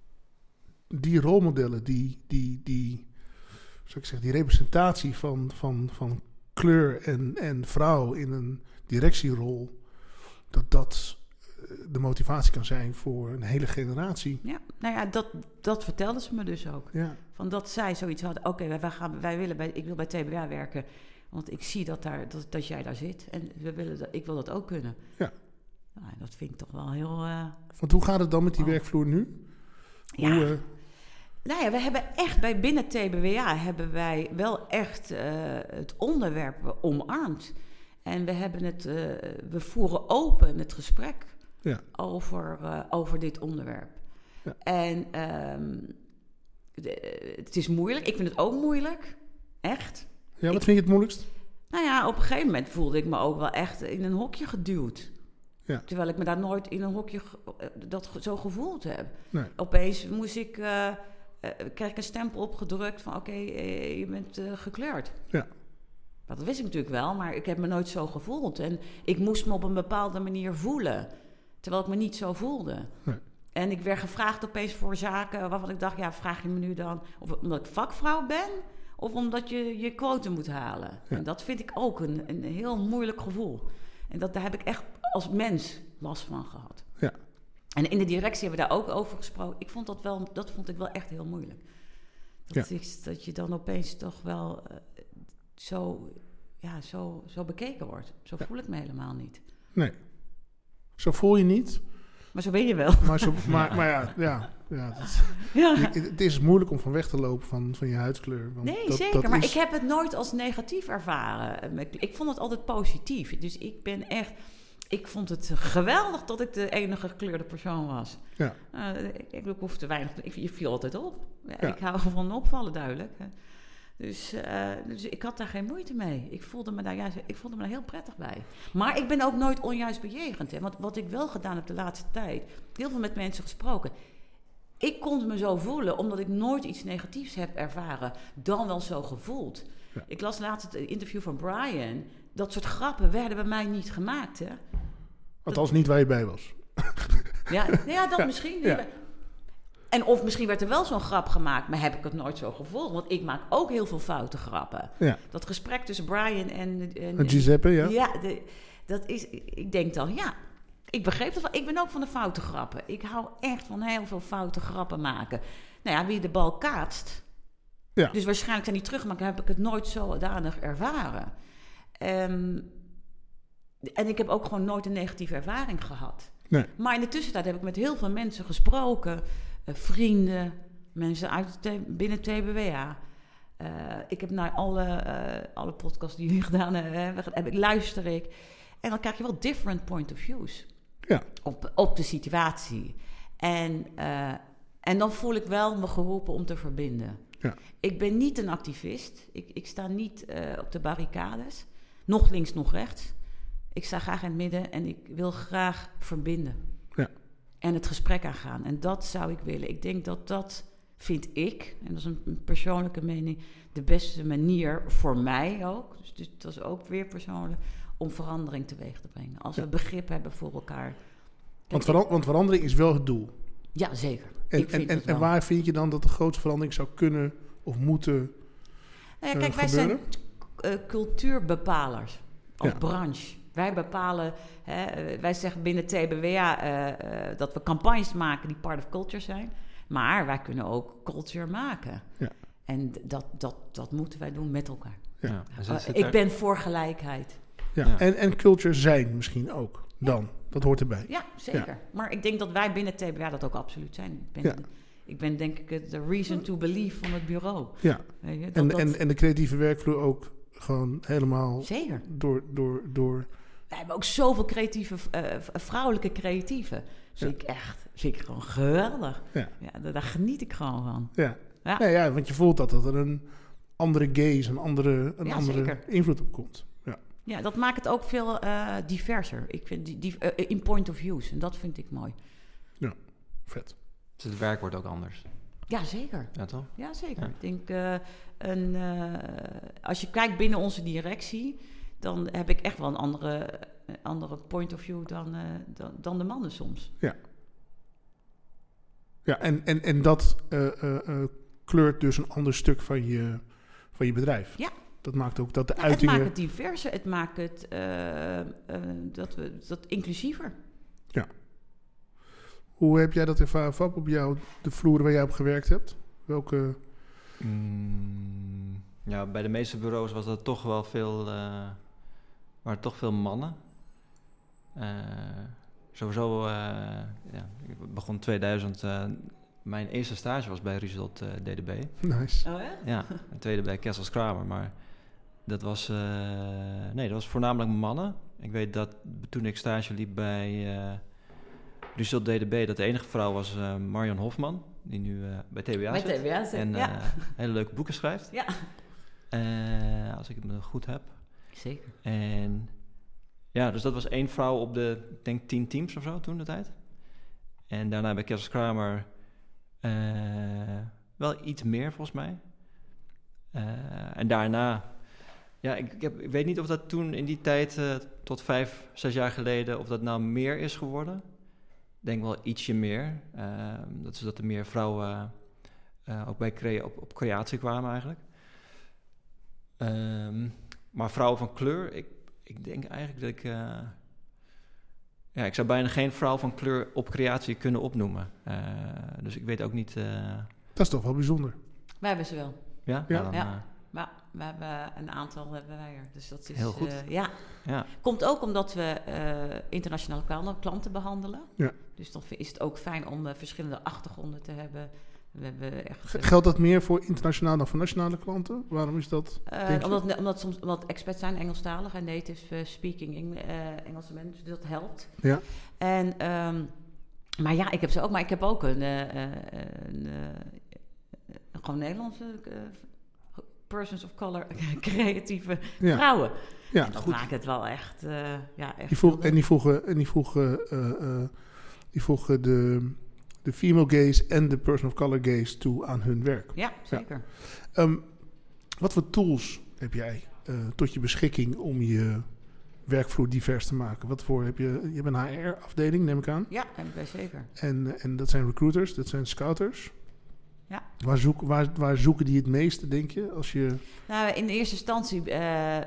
die rolmodellen, die... die, die zou ik zeggen, die representatie van, van, van kleur en, en vrouw in een directierol, dat dat de motivatie kan zijn voor een hele generatie.
Ja, nou ja, dat, dat vertelden ze me dus ook. Ja. Van dat zij zoiets hadden, oké, okay, wij, wij, wij willen bij, ik wil bij T B A werken, want ik zie dat, daar, dat, dat jij daar zit en we willen dat, ik wil dat ook kunnen.
Ja.
Nou, dat vind ik toch wel heel... Uh,
Want hoe gaat het dan met die oh. werkvloer nu?
Ja.
Hoe, uh,
Nou ja, we hebben echt bij binnen T B W A hebben wij wel echt uh, het onderwerp omarmd. En we hebben het, uh, we voeren open het gesprek ja. over, uh, over dit onderwerp. Ja. En um, de, het is moeilijk. Ik vind het ook moeilijk. Echt.
Ja, wat
ik,
vind je het moeilijkst?
Nou ja, op een gegeven moment voelde ik me ook wel echt in een hokje geduwd. Ja. Terwijl ik me daar nooit in een hokje ge- dat zo gevoeld heb. Nee. Opeens moest ik... Uh, Uh, krijg ik een stempel opgedrukt van oké, okay, uh, je bent uh, gekleurd.
Ja.
Dat wist ik natuurlijk wel, maar ik heb me nooit zo gevoeld. En ik moest me op een bepaalde manier voelen, terwijl ik me niet zo voelde. Nee. En ik werd gevraagd opeens voor zaken waarvan ik dacht, ja, vraag je me nu dan of omdat ik vakvrouw ben of omdat je je quote moet halen. Ja. En dat vind ik ook een, een heel moeilijk gevoel. En dat, daar heb ik echt als mens last van gehad.
Ja.
En in de directie hebben we daar ook over gesproken. Ik vond dat wel, dat vond ik wel echt heel moeilijk. Dat, ja. is, dat je dan opeens toch wel uh, zo, ja, zo, zo bekeken wordt. Zo ja. voel ik me helemaal niet.
Nee, zo voel je niet.
Maar zo ben je wel.
Maar, zo, maar, maar ja, ja, ja, dat, ja. Je, het is moeilijk om van weg te lopen van, van je huidskleur. Want
nee,
dat,
zeker.
Dat
maar
is...
ik heb het nooit als negatief ervaren. Ik vond het altijd positief. Dus ik ben echt... ik vond het geweldig dat ik de enige gekleurde persoon was.
Ja.
Uh, ik, ik hoef te weinig... Ik, je viel altijd op. Ja,
Ja.
Ik hou van opvallen, duidelijk. Dus, uh, dus ik had daar geen moeite mee. Ik voelde me daar, juist, ik voelde me daar heel prettig bij. Maar ik ben ook nooit onjuist bejegend. Hè. Want wat ik wel gedaan heb de laatste tijd... heel veel met mensen gesproken... Ik kon me zo voelen, omdat ik nooit iets negatiefs heb ervaren. Dan wel zo gevoeld.
Ja.
Ik las laatst het interview van Brian. Dat soort grappen werden bij mij niet gemaakt, hè.
Althans niet waar je bij was.
Ja, ja dat
Ja,
misschien.
ja.
En of misschien werd er wel zo'n grap gemaakt, maar heb ik het nooit zo gevoeld. Want ik maak ook heel veel foute grappen.
Ja.
Dat gesprek tussen Brian en... en
Met Giuseppe, ja.
Ja, de, dat is... Ik denk dan, ja... Ik begreep dat wel. Ik ben ook van de foute grappen. Ik hou echt van heel veel foute grappen maken. Nou ja, wie de bal kaatst...
Ja.
Dus waarschijnlijk zijn die teruggemaakt, heb ik het nooit zodanig ervaren. Um, en ik heb ook gewoon nooit een negatieve ervaring gehad.
Nee.
Maar in de tussentijd heb ik met heel veel mensen gesproken. Uh, vrienden, mensen uit t- binnen T B W A. Uh, ik heb naar alle, uh, alle podcasts die jullie gedaan hebben, heb ik, luister ik. En dan krijg je wel different point of views.
Ja.
Op, op de situatie. En, uh, en dan voel ik wel me geroepen om te verbinden.
Ja.
Ik ben niet een activist. Ik, ik sta niet uh, op de barricades. Nog links, nog rechts. Ik sta graag in het midden en ik wil graag verbinden.
Ja.
En het gesprek aangaan. En dat zou ik willen. Ik denk dat dat, vind ik, en dat is een persoonlijke mening, de beste manier voor mij ook. Dus, dus dat is ook weer persoonlijk, om verandering teweeg te brengen. Als
ja.
we begrip hebben voor elkaar.
Want, vera- want verandering is wel het doel.
Ja, zeker.
En,
ik vind
en, en,
het wel.
en waar vind je dan dat de grootste verandering zou kunnen of moeten
nou ja, kijk,
uh,
wij
gebeuren?
zijn uh, cultuurbepalers als
Ja.
branche. Wij bepalen, hè, wij zeggen binnen T B W A uh, uh, dat we campagnes maken die part of culture zijn. Maar wij kunnen ook culture maken.
Ja.
En dat, dat, dat moeten wij doen met elkaar.
Ja.
Ja. En
Uh,
zit- zit
ik
er-
ben voor gelijkheid.
Ja.
Ja.
En, en culture zijn misschien ook dan. Dat hoort erbij.
Ja, zeker. Ja. Maar ik denk dat wij binnen T B W A dat ook absoluut zijn. Ik ben,
Ja.
ik ben denk ik de reason to believe van het bureau.
Ja.
Weet je, dat,
En,
dat,
en, en de creatieve werkvloer ook gewoon helemaal
zeker.
door... door, door
We hebben ook zoveel creatieve, uh, vrouwelijke creatieven. Vind
Ja.
ik echt, vind ik gewoon geweldig.
Ja.
Ja, daar, daar geniet ik gewoon van.
ja.
Ja.
Ja, ja, want je voelt dat, dat er een andere gaze, een andere, een
Ja,
andere
zeker.
invloed op komt. Ja.
Ja, dat maakt het ook veel uh, diverser. Ik vind die, die, uh, in point of views. En dat vind ik mooi.
Vet.
Dus het werk wordt ook anders.
Ja, zeker.
Ja, toch?
Ja, zeker.
Ja.
Ik denk, uh, een, uh, als je kijkt binnen onze directie, dan heb ik echt wel een andere, uh, andere point of view dan, uh, dan, dan de mannen soms.
Ja. Ja, en, en, en dat uh, uh, uh, kleurt dus een ander stuk van je, van je bedrijf.
Ja.
Dat maakt ook dat de
Ja,
uitingen...
Het maakt het diverser, het maakt het uh, uh, dat we, dat inclusiever.
Ja. Hoe heb jij dat ervaren, Fab, op jou, de vloer waar jij op gewerkt hebt? Welke...
Mm, ja, bij de meeste bureaus was dat toch wel veel, uh, waren toch veel mannen. Uh, sowieso, uh, ja, ik begon tweeduizend, uh, mijn eerste stage was bij Result uh, D D B.
Nice.
Oh ja?
Ja, en tweede bij Kessels Kramer, maar dat was, uh, nee, dat was voornamelijk mannen. Ik weet dat toen ik stage liep bij uh, Result D D B, dat de enige vrouw was uh, Marion Hofman, die nu uh, bij T B A
Bij
zit.
T B A zit,
En uh,
ja.
hele leuke boeken schrijft.
Ja.
Uh, als ik het me goed heb.
Zeker.
En ja, dus dat was één vrouw op de, ik denk tien teams of zo toen de tijd. En daarna bij Kessels Kramer uh, wel iets meer volgens mij. Uh, en daarna, ja, ik, ik, heb, ik weet niet of dat toen in die tijd, uh, tot vijf, zes jaar geleden, of dat nou meer is geworden. Ik denk wel ietsje meer. Uh, dat is dat er meer vrouwen uh, ook bij crea- op, op creatie kwamen eigenlijk. Um, maar vrouwen van kleur, ik, ik denk eigenlijk dat ik... Uh, ja, ik zou bijna geen vrouw van kleur op creatie kunnen opnoemen. Uh, dus ik weet ook niet... Uh,
dat is toch wel bijzonder.
Wij hebben ze wel.
Ja?
Ja.
Nou, dan,
Ja.
uh,
Maar we hebben een aantal hebben wij er. Dus dat is
Heel goed.
Uh, ja.
ja.
Komt ook omdat we uh, internationale klanten behandelen.
Ja.
Dus dan is het ook fijn om uh, verschillende achtergronden te hebben. We hebben echt,
G- Geldt dat meer voor internationale dan voor nationale klanten? Waarom is dat?
Uh, omdat, omdat soms omdat experts zijn Engelstalig en native uh, speaking Eng, uh, Engelse mensen, dus dat helpt.
Ja.
En, um, maar ja, ik heb ze ook, maar ik heb ook een, uh, een uh, gewoon Nederlandse uh, persons of color creatieve ja. vrouwen. Ja, en dat goed. Maakt het wel echt, uh, ja, echt.
Die vroeg, en die vroegen, en die vroegen, uh, uh, die vroegen de de female gaze en de person of color gaze toe aan hun werk.
Ja, zeker.
Ja. Um, wat voor tools heb jij uh, tot je beschikking om je werkvloer divers te maken? Wat voor heb je? Je hebt een H R-afdeling, neem ik aan.
Ja, heb ik zeker.
En, en dat zijn recruiters, dat zijn scouters.
Ja.
Waar, zoek, waar, waar zoeken die het meeste, denk je? Als je...
Nou, in de eerste instantie uh, uh,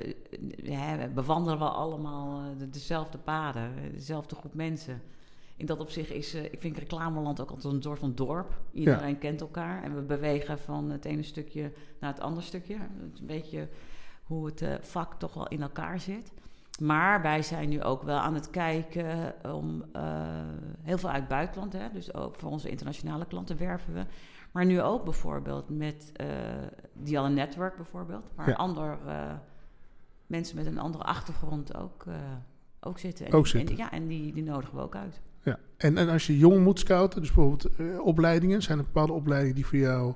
ja, bewandelen we allemaal uh, de, dezelfde paden, dezelfde groep mensen. In dat opzicht is, uh, ik vind reclameland ook altijd een soort van dorp. Iedereen ja. kent elkaar en we bewegen van het ene stukje naar het andere stukje. Het is een beetje hoe het uh, vak toch wel in elkaar zit. Maar wij zijn nu ook wel aan het kijken om uh, heel veel uit het buitenland. Hè? Dus ook voor onze internationale klanten werven we. Maar nu ook bijvoorbeeld met uh, Dial Network bijvoorbeeld. Waar ja. ander, uh, mensen met een andere achtergrond ook, uh, ook zitten. En,
ook zitten.
En, ja, en die, die nodigen we ook uit.
Ja. En, en als je jong moet scouten, dus bijvoorbeeld uh, opleidingen. Zijn er bepaalde opleidingen die voor jou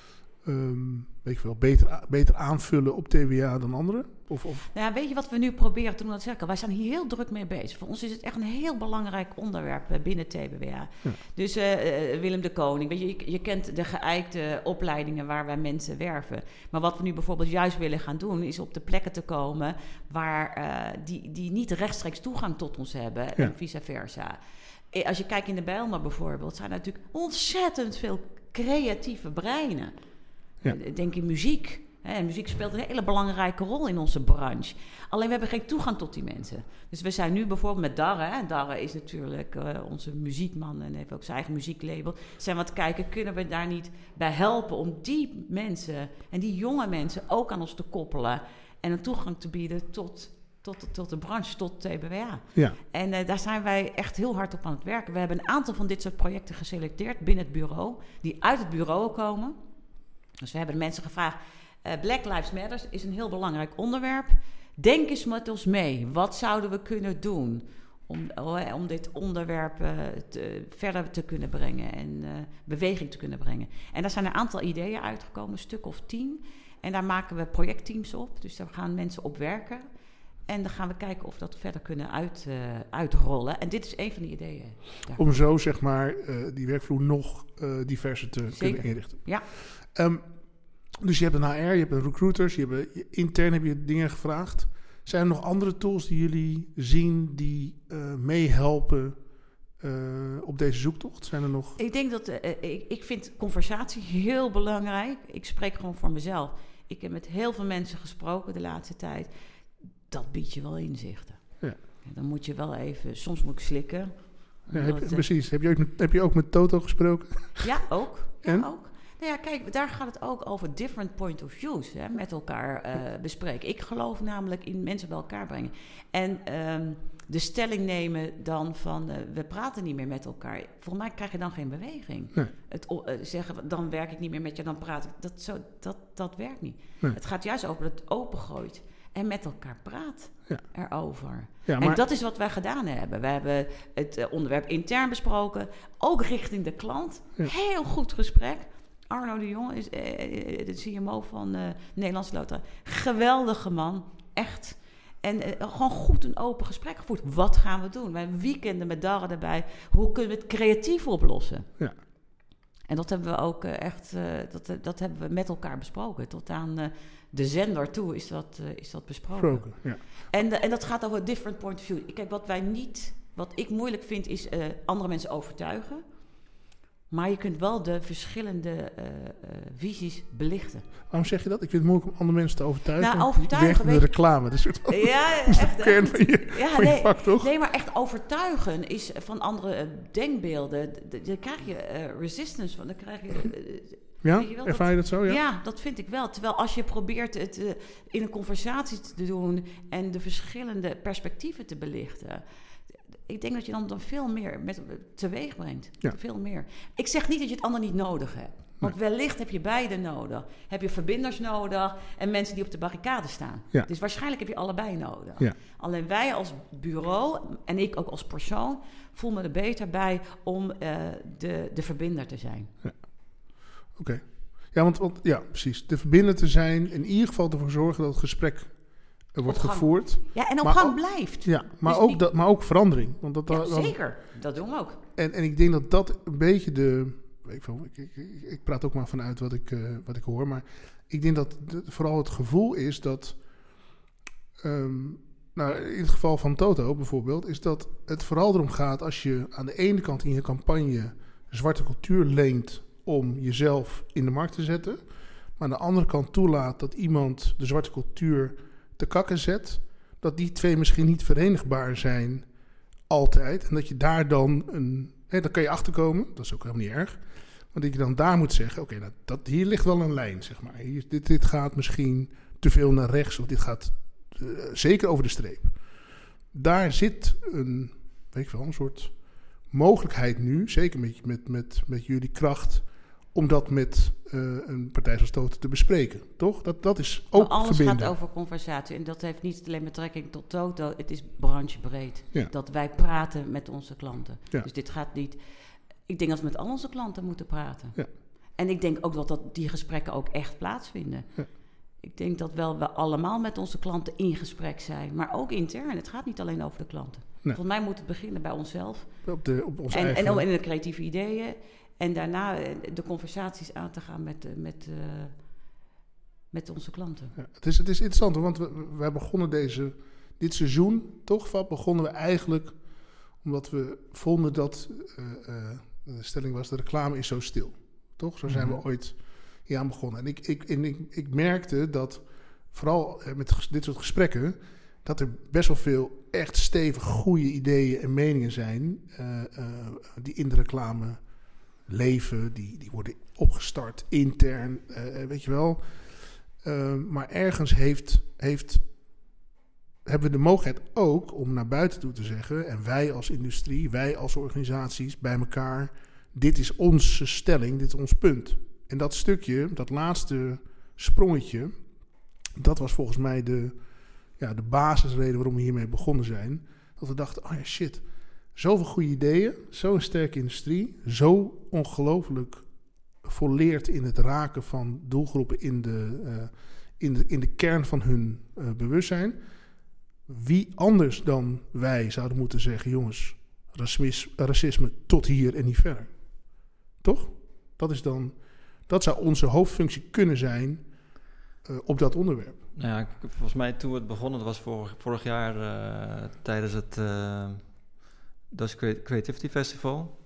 um, weet je wel, beter, beter aanvullen op T W A dan andere? Of, of?
Ja, weet je wat we nu proberen te doen? Dat zeg ik al, wij zijn hier heel druk mee bezig. Voor ons is het echt een heel belangrijk onderwerp binnen T W A. Ja. Dus uh, Willem de Koning, weet je, je, je kent de geëikte opleidingen waar wij mensen werven. Maar wat we nu bijvoorbeeld juist willen gaan doen, is op de plekken te komen waar uh, die, die niet rechtstreeks toegang tot ons hebben, ja. en vice versa. Als je kijkt in de Bijlmer bijvoorbeeld, zijn er natuurlijk ontzettend veel creatieve breinen. Ja. Denk in muziek. Hè, muziek speelt een hele belangrijke rol in onze branche. Alleen we hebben geen toegang tot die mensen. Dus we zijn nu bijvoorbeeld met Darre. Hè. Darre is natuurlijk uh, onze muziekman en heeft ook zijn eigen muzieklabel. Zijn we aan het kijken, kunnen we daar niet bij helpen om die mensen en die jonge mensen ook aan ons te koppelen en een toegang te bieden tot... Tot, tot de branche, tot T B W A.
Ja.
En uh, daar zijn wij echt heel hard op aan het werken. We hebben een aantal van dit soort projecten geselecteerd binnen het bureau, die uit het bureau komen. Dus we hebben de mensen gevraagd, uh, Black Lives Matter is een heel belangrijk onderwerp. Denk eens met ons mee. Wat zouden we kunnen doen om, uh, om dit onderwerp uh, te, verder te kunnen brengen en uh, beweging te kunnen brengen? En daar zijn een aantal ideeën uitgekomen, een stuk of tien. En daar maken we projectteams op. Dus daar gaan mensen op werken. En dan gaan we kijken of we dat verder kunnen uit, uh, uitrollen. En dit is een van die ideeën. Ja.
Om zo, zeg maar, uh, die werkvloer nog uh, diverser te Zeker. kunnen inrichten.
Ja.
Um, dus je hebt een H R, je hebt een recruiters, je hebt een, intern heb je dingen gevraagd. Zijn er nog andere tools die jullie zien die uh, meehelpen uh, op deze zoektocht? Zijn er nog?
Ik denk dat, uh, ik, ik vind conversatie heel belangrijk. Ik spreek gewoon voor mezelf. Ik heb met heel veel mensen gesproken de laatste tijd. Dat biedt je wel inzichten. Ja. Ja, dan moet je wel even... Soms moet ik slikken.
Ja, heb je, precies. Heb je, ook met, heb je ook met Toto gesproken?
Ja, ook.
En?
Ja, ook. Nou ja, kijk, daar gaat het ook over different point of views. Hè, met elkaar uh, bespreken. Ik geloof namelijk in mensen bij elkaar brengen. En um, de stelling nemen dan van... Uh, we praten niet meer met elkaar. Volgens mij krijg je dan geen beweging. Nee. Het uh, zeggen, dan werk ik niet meer met je, dan praat ik. Dat, zo, dat, dat werkt niet. Nee. Het gaat juist over dat het opengooit. En met elkaar praat ja. erover. Ja, maar... En dat is wat wij gedaan hebben. We hebben het uh, onderwerp intern besproken. Ook richting de klant. Ja. Heel goed gesprek. Arno de Jong is uh, de C M O van uh, Nederlands Loterij. Geweldige man. Echt. En uh, gewoon goed een open gesprek gevoerd. Wat gaan we doen? We hebben weekenden met Darre erbij. Hoe kunnen we het creatief oplossen? Ja. En dat hebben we ook uh, echt... Uh, dat, uh, dat hebben we met elkaar besproken. Tot aan... Uh, de zender toe is dat, uh, is dat besproken. Broken, ja. en, uh, en dat gaat over different point of view. Kijk, wat wij niet, wat ik moeilijk vind, is uh, andere mensen overtuigen. Maar je kunt wel de verschillende uh, uh, visies belichten.
Waarom zeg je dat? Ik vind het moeilijk om andere mensen te overtuigen.
Nou, overtuigen.
De reclame. Dat is het wel.
Ja,
dat is
echt.
de kern van je,
ja,
van
nee,
je vak, toch?
Nee, maar echt overtuigen is van andere uh, denkbeelden. Dan krijg je uh, resistance van. Dan krijg je. Uh,
Ja, je wel, ervaar je dat zo? Ja?
ja, dat vind ik wel. Terwijl als je probeert het uh, in een conversatie te doen en de verschillende perspectieven te belichten, ik denk dat je dan, dan veel meer met, teweeg brengt.
Ja.
Veel meer. Ik zeg niet dat je het ander niet nodig hebt. Want nee. wellicht heb je beide nodig. Heb je verbinders nodig en mensen die op de barricade staan.
Ja.
Dus waarschijnlijk heb je allebei nodig.
Ja.
Alleen wij als bureau en ik ook als persoon voel me er beter bij om uh, de, de verbinder te zijn.
Ja. Oké. Okay. Ja, want, want ja, precies. De verbinder te zijn, in ieder geval ervoor zorgen dat het gesprek er wordt gevoerd.
Ja, en op
maar
gang
ook,
blijft.
Ja, maar,
dus
ook
die...
dat, maar ook verandering. Want dat,
ja,
dat,
zeker. Dat doen we ook.
En, en ik denk dat dat een beetje de... Weet ik, veel, ik, ik, ik praat ook maar vanuit wat ik, uh, wat ik hoor. Maar ik denk dat de, vooral het gevoel is dat... Um, nou, in het geval van Toto bijvoorbeeld... is dat het vooral erom gaat als je aan de ene kant in je campagne... zwarte cultuur leent om jezelf in de markt te zetten... maar aan de andere kant toelaat dat iemand de zwarte cultuur te kakken zet... dat die twee misschien niet verenigbaar zijn altijd... en dat je daar dan een... Hè, daar kan je achterkomen, dat is ook helemaal niet erg... maar dat je dan daar moet zeggen... oké, okay, nou, dat, hier ligt wel een lijn, zeg maar. Hier, dit, dit gaat misschien te veel naar rechts... of dit gaat uh, zeker over de streep. Daar zit een, weet ik wel, een soort mogelijkheid nu... zeker met, met, met, met jullie kracht... om dat met uh, een partij zoals Toto te bespreken, toch? Dat, dat is ook
maar alles
verbinden.
gaat over conversatie. En dat heeft niet alleen betrekking tot Toto. Het is branchebreed.
Ja.
Dat wij praten met onze klanten.
Ja.
Dus dit gaat niet... Ik denk dat we met al onze klanten moeten praten.
Ja.
En ik denk ook dat, dat die gesprekken ook echt plaatsvinden.
Ja.
Ik denk dat wel we allemaal met onze klanten in gesprek zijn. Maar ook intern. Het gaat niet alleen over de klanten. Nee. Volgens mij moet het beginnen bij onszelf.
Op, de, op ons
en,
eigen...
en ook in de creatieve ideeën. En daarna de conversaties aan te gaan met, met, uh, met onze klanten. Ja,
het, is, het is interessant, want we, we begonnen deze, dit seizoen, toch, Fab, begonnen we eigenlijk omdat we vonden dat uh, uh, de stelling was, de reclame is zo stil. Toch? Zo zijn mm-hmm. we ooit hier aan begonnen. En ik, ik, en ik, ik merkte dat, vooral met dit soort gesprekken, dat er best wel veel echt stevig goede ideeën en meningen zijn uh, uh, die in de reclame leven, die, die worden opgestart intern, uh, weet je wel. Uh, maar ergens heeft, heeft, hebben we de mogelijkheid ook om naar buiten toe te zeggen, en wij als industrie, wij als organisaties bij elkaar, dit is onze stelling, dit is ons punt. En dat stukje, dat laatste sprongetje, dat was volgens mij de, ja, de basisreden waarom we hiermee begonnen zijn. Dat we dachten, oh ja, shit, zoveel goede ideeën, zo'n sterke industrie, zo ongelooflijk volleerd in het raken van doelgroepen in de, uh, in de, in de kern van hun uh, bewustzijn. Wie anders dan wij zouden moeten zeggen, jongens, racisme, racisme tot hier en niet verder. Toch? Dat is dan, dat zou onze hoofdfunctie kunnen zijn uh, op dat onderwerp.
Nou ja, volgens mij toen het begonnen, dat was vorig, vorig jaar uh, tijdens het uh, Dutch Creativity Festival.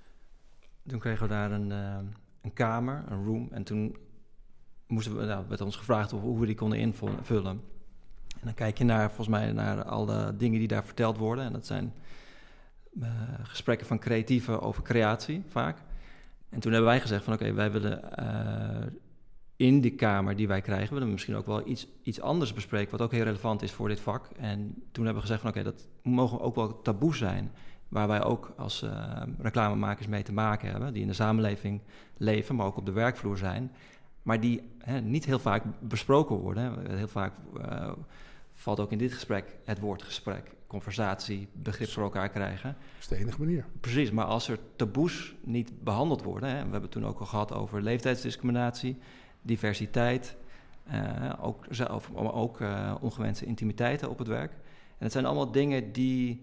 Toen kregen we daar een, uh, een kamer, een room. En toen moesten we, nou, werd ons gevraagd of, hoe we die konden invullen. En dan kijk je naar, volgens mij, naar alle dingen die daar verteld worden. En dat zijn uh, gesprekken van creatieven over creatie, vaak. En toen hebben wij gezegd van, oké, okay, wij willen uh, in die kamer die wij krijgen, willen we misschien ook wel iets, iets anders bespreken, wat ook heel relevant is voor dit vak. En toen hebben we gezegd van, oké, okay, dat mogen ook wel taboes zijn, waar wij ook als uh, reclamemakers mee te maken hebben, die in de samenleving leven, maar ook op de werkvloer zijn, maar die hè, niet heel vaak besproken worden. Hè. Heel vaak uh, valt ook in dit gesprek het woord gesprek, conversatie, begrip voor elkaar krijgen.
Dat is de enige manier.
Precies, maar als er taboes niet behandeld worden, hè, we hebben het toen ook al gehad over leeftijdsdiscriminatie, diversiteit, uh, ook, zelf, ook uh, ongewenste intimiteiten op het werk. En het zijn allemaal dingen die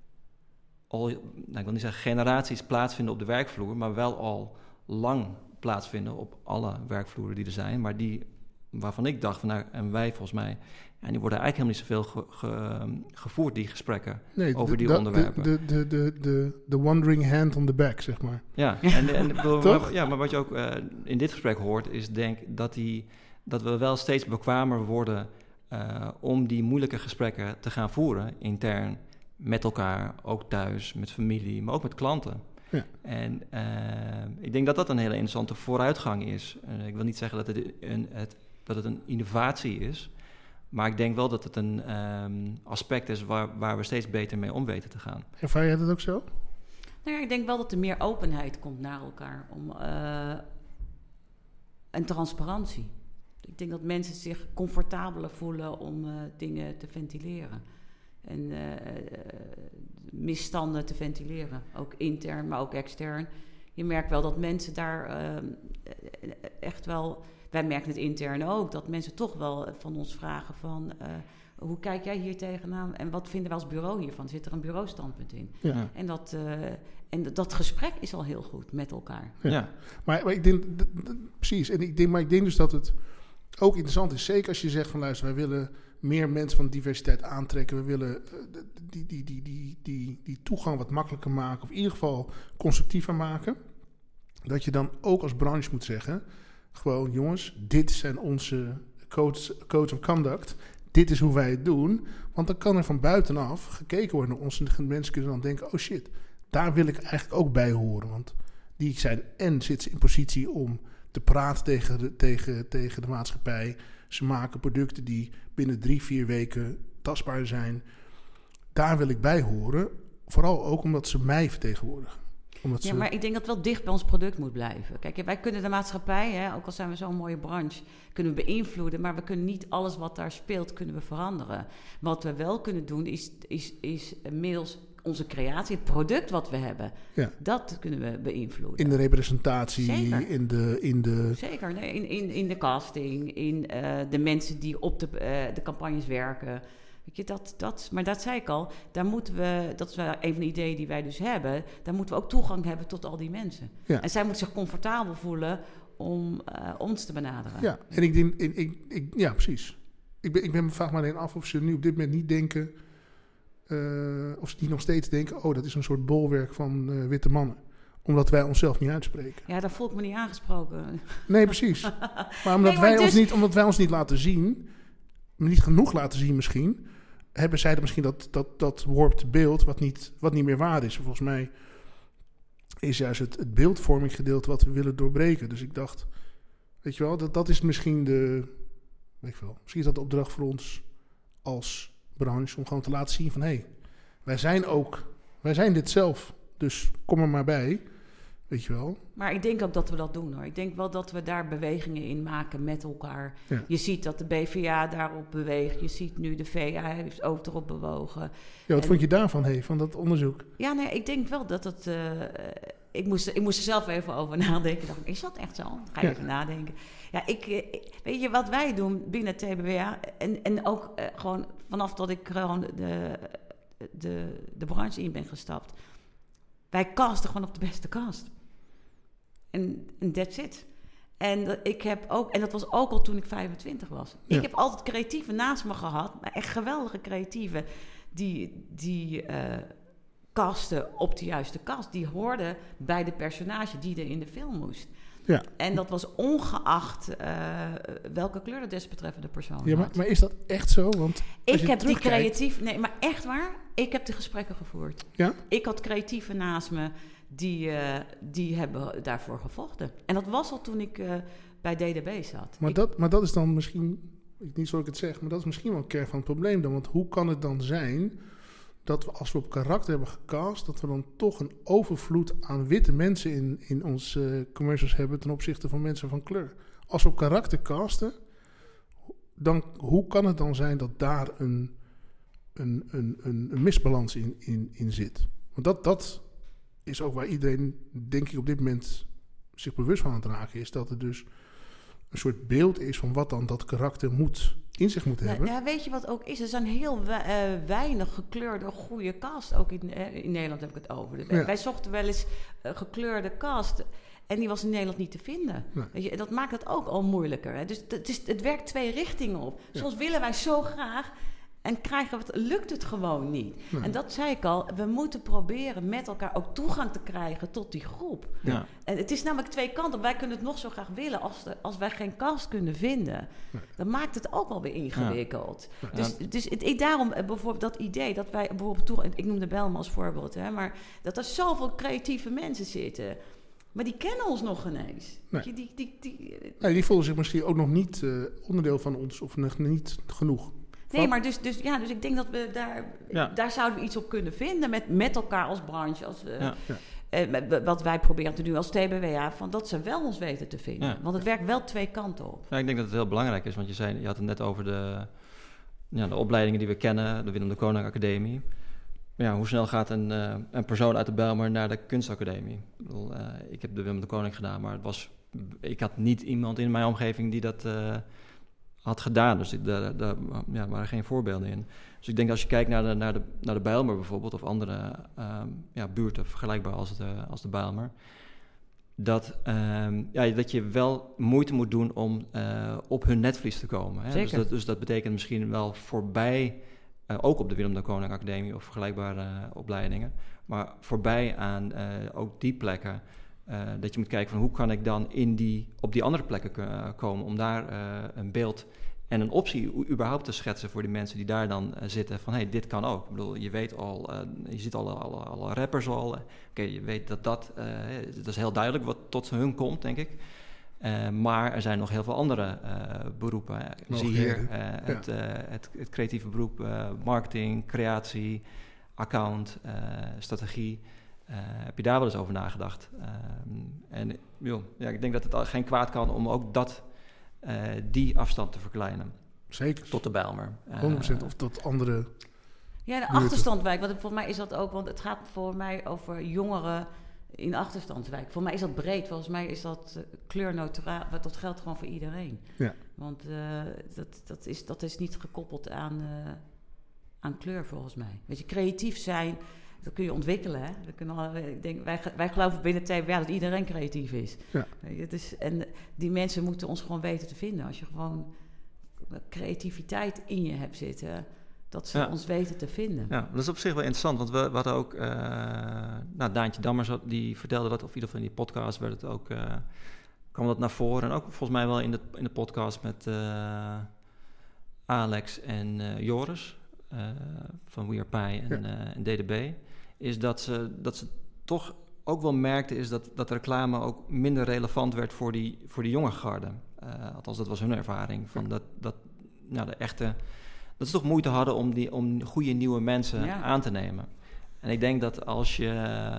al, nou, ik wil niet zeggen generaties plaatsvinden op de werkvloer, maar wel al lang plaatsvinden op alle werkvloeren die er zijn, maar die, waarvan ik dacht, van, nou, en wij volgens mij, ja, die worden eigenlijk helemaal niet zoveel ge, ge, gevoerd, die gesprekken nee, over
de,
die
de,
onderwerpen.
De, de, de, de, de wandering hand on the back, zeg maar.
Ja, en, en, maar, ja, maar wat je ook uh, in dit gesprek hoort, is denk dat, die, dat we wel steeds bekwamer worden uh, om die moeilijke gesprekken te gaan voeren, intern, met elkaar, ook thuis, met familie, maar ook met klanten. Ja. En uh, ik denk dat dat een hele interessante vooruitgang is. Uh, ik wil niet zeggen dat het een, het, dat het een innovatie is, Maar ik denk wel dat het een um, aspect is waar, waar we steeds beter mee om weten te gaan.
Ervaar jij dat ook zo?
Nou ja, ik denk wel dat er meer openheid komt naar elkaar. Om, uh, en transparantie. Ik denk dat mensen zich comfortabeler voelen om uh, dingen te ventileren. En uh, misstanden te ventileren. Ook intern, maar ook extern. Je merkt wel dat mensen daar uh, echt wel... Wij merken het intern ook, dat mensen toch wel van ons vragen van... Uh, hoe kijk jij hier tegenaan en wat vinden wij als bureau hiervan? Zit er een bureaustandpunt in? Ja. En, dat, uh, en dat gesprek is al heel goed met elkaar.
Ja. Ja. Maar, maar ik denk, d- d- precies, en ik denk, maar ik denk dus dat het ook interessant is. Zeker als je zegt van luister, wij willen meer mensen van diversiteit aantrekken. We willen uh, die, die, die, die, die, die toegang wat makkelijker maken. Of in ieder geval constructiever maken. Dat je dan ook als branche moet zeggen... Gewoon, jongens, dit zijn onze codes, codes of conduct. Dit is hoe wij het doen. Want dan kan er van buitenaf gekeken worden naar ons. En mensen kunnen dan denken, oh shit, daar wil ik eigenlijk ook bij horen. Want die zijn en zitten in positie om te praten tegen de, tegen, tegen de maatschappij. Ze maken producten die binnen drie, vier weken tastbaar zijn. Daar wil ik bij horen. Vooral ook omdat ze mij vertegenwoordigen. Omdat
ja,
ze...
maar ik denk dat het wel dicht bij ons product moet blijven. Kijk, wij kunnen de maatschappij, hè, ook al zijn we zo'n mooie branche, kunnen we beïnvloeden, maar we kunnen niet alles wat daar speelt, kunnen we veranderen. Wat we wel kunnen doen, is, is, is middels onze creatie, het product wat we hebben, ja. dat kunnen we beïnvloeden.
In de representatie,
Zeker.
in de... In de...
Zeker, nee, in, in, in de casting, in uh, de mensen die op de, uh, de campagnes werken... Weet je, dat, dat, maar dat zei ik al, daar moeten we, dat is wel een van de ideeën die wij dus hebben, daar moeten we ook toegang hebben tot al die mensen. Ja. En zij moeten zich comfortabel voelen om uh, ons te benaderen.
Ja, en ik denk, ik, ik, ik, ja, precies. Ik ben, ik ben me vraag maar alleen af of ze nu op dit moment niet denken, uh, of ze niet nog steeds denken, oh, dat is een soort bolwerk van uh, witte mannen. Omdat wij onszelf niet uitspreken.
Ja, daar voel ik me niet aangesproken.
Nee, precies. Maar omdat, nee, maar wij, dus... ons niet, omdat wij ons niet laten zien, niet genoeg laten zien misschien, hebben zij er misschien dat, dat, dat warped beeld wat niet, wat niet meer waar is. Volgens mij is juist het, het beeldvorming gedeelte wat we willen doorbreken. Dus ik dacht, weet je wel, dat, dat is misschien de, weet ik wel, misschien is dat de opdracht voor ons als branche om gewoon te laten zien van, hé, hey, wij zijn ook, wij zijn dit zelf, dus kom er maar bij. Weet je wel.
Maar ik denk ook dat we dat doen hoor. Ik denk wel dat we daar bewegingen in maken met elkaar. Ja. Je ziet dat de B V A daarop beweegt. Je ziet nu de V A heeft ook erop bewogen.
Ja, wat
en,
vond je daarvan, hey, van dat onderzoek?
Ja, nee, ik denk wel dat het... Uh, ik, moest, ik moest er zelf even over nadenken. Ik dacht, is dat echt zo? Ga je ja. even nadenken. Ja, ik, ik... Weet je, wat wij doen binnen T B W A... En, en ook uh, gewoon vanaf dat ik gewoon de, de, de branche in ben gestapt... Wij casten gewoon op de beste cast. En that's it. En ik heb ook, en dat was ook al toen ik vijfentwintig was. Ja. Ik heb altijd creatieven naast me gehad, maar echt geweldige creatieven die, die uh, casten op de juiste cast. Die hoorden bij de personage die er in de film moest. Ja. En dat was ongeacht uh, welke kleur de desbetreffende persoon
ja, maar,
had.
Maar is dat echt zo? Want
ik heb die creatief... Nee, maar echt waar. Ik heb de gesprekken gevoerd. Ja? Ik had creatieven naast me die, uh, die hebben daarvoor gevochten. En dat was al toen ik uh, bij D D B zat.
Maar,
ik,
dat, maar dat is dan misschien... Niet zoals ik het zeg, maar dat is misschien wel een kern van het probleem dan. Want hoe kan het dan zijn dat we als we op karakter hebben gecast, dat we dan toch een overvloed aan witte mensen in, in onze uh, commercials hebben ten opzichte van mensen van kleur? Als we op karakter casten, dan hoe kan het dan zijn dat daar een, een, een, een, een misbalans in, in, in zit? Want dat, dat is ook waar iedereen, denk ik, op dit moment zich bewust van aan het raken is. Dat er dus een soort beeld is van wat dan dat karakter moet, in zich moet hebben.
Ja, weet je wat ook is? Er zijn heel we, uh, weinig gekleurde goede cast. Ook in, uh, in Nederland heb ik het over. Dus ja. Wij zochten wel eens uh, gekleurde cast. En die was in Nederland niet te vinden. Nee. Weet je, dat maakt het ook al moeilijker. Hè? Dus het, is, het werkt twee richtingen op. Ja. Soms willen wij zo graag en krijgen we het, lukt het gewoon niet. Nee. En dat zei ik al. We moeten proberen met elkaar ook toegang te krijgen tot die groep. Ja. En het is namelijk twee kanten. Wij kunnen het nog zo graag willen. Als, de, als wij geen cast kunnen vinden, nee. dan maakt het ook alweer ingewikkeld. Ja. Ja. Dus, dus het, ik, daarom bijvoorbeeld dat idee dat wij bijvoorbeeld toe, ik noemde Belma als voorbeeld, hè, maar dat er zoveel creatieve mensen zitten. Maar die kennen ons nog ineens.
Nee.
Die, die, die, die,
nee, die voelen zich misschien ook nog niet uh, onderdeel van ons of nog niet genoeg.
Nee, maar dus, dus, ja, dus ik denk dat we daar...
Ja.
Daar zouden we iets op kunnen vinden met, met elkaar als branche. Als, uh,
Ja.
Ja.
uh, met, wat wij proberen te doen als T B W A. Van dat ze wel ons weten te vinden.
Ja.
Want het werkt wel twee kanten op.
Ja, ik denk dat het heel belangrijk is. Want je, zei, je had het net over de, ja, de opleidingen die we kennen. De Willem de Kooning Academie. Ja, hoe snel gaat een, uh, een persoon uit de Bijlmer naar de kunstacademie? Ik, bedoel, uh, ik heb de Willem de Kooning gedaan, maar het was, ik had niet iemand in mijn omgeving die dat uh, had gedaan. Dus ik, daar, daar ja, waren geen voorbeelden in. Dus ik denk als je kijkt naar de, naar de, naar de Bijlmer bijvoorbeeld, of andere um, ja, buurten vergelijkbaar als de, als de Bijlmer, dat, um, ja, dat je wel moeite moet doen om uh, op hun netvlies te komen. Hè?
Zeker.
Dus, dat, dus dat betekent misschien wel voorbij... Uh, ook op de Willem de Kooning Academie of vergelijkbare uh, opleidingen. Maar voorbij aan uh, ook die plekken. Uh, dat je moet kijken van hoe kan ik dan in die, op die andere plekken k- uh, komen. Om daar uh, een beeld en een optie u- überhaupt te schetsen voor die mensen die daar dan uh, zitten. Van hé, hey, dit kan ook. Ik bedoel, je weet al, uh, je ziet alle, alle, alle rappers al. Oké, okay, je weet dat dat, uh, dat is heel duidelijk wat tot hun komt, denk ik. Uh, maar er zijn nog heel veel andere uh, beroepen. Je ziet hier uh, ja. het, uh, het, het creatieve beroep, uh, marketing, creatie, account, uh, strategie. Uh, heb je daar wel eens over nagedacht? Uh, en joh, ja, ik denk dat het geen kwaad kan om ook dat, uh, die afstand te verkleinen.
Zeker.
Tot de Bijlmer. Uh,
honderd procent of tot andere...
Ja, de
buurten.
achterstandwijk. Want volgens mij is dat ook... Want het gaat voor mij over jongeren... in de achterstandswijk. Voor mij is dat breed. Volgens mij is dat uh, kleurneutraal. Dat geldt gewoon voor iedereen.
Ja.
Want uh, dat, dat, is, dat is niet gekoppeld aan, uh, aan kleur, volgens mij. Weet je, creatief zijn, dat kun je ontwikkelen. Hè? We kunnen al, ik denk, wij, wij geloven binnen T B W A dat iedereen creatief is.
Ja.
Weet je, dus, en die mensen moeten ons gewoon weten te vinden. Als je gewoon creativiteit in je hebt zitten... dat ze
ja.
ons weten te vinden.
Ja, dat is op zich wel interessant, want we, we hadden ook... Uh, nou, Daantje Dammers, die vertelde dat, of in ieder geval in die podcast werd het ook... Uh, kwam dat naar voren. En ook volgens mij wel in de, in de podcast met uh, Alex en uh, Joris... Uh, van We Are Pie en, ja. uh, en D D B... is dat ze, dat ze toch ook wel merkten... is dat, dat de reclame ook minder relevant werd voor die, voor die jonge garde. Uh, althans, dat was hun ervaring. Van dat, dat nou, de echte... dat ze toch moeite hadden om, die, om goede nieuwe mensen ja. aan te nemen. En ik denk dat als je...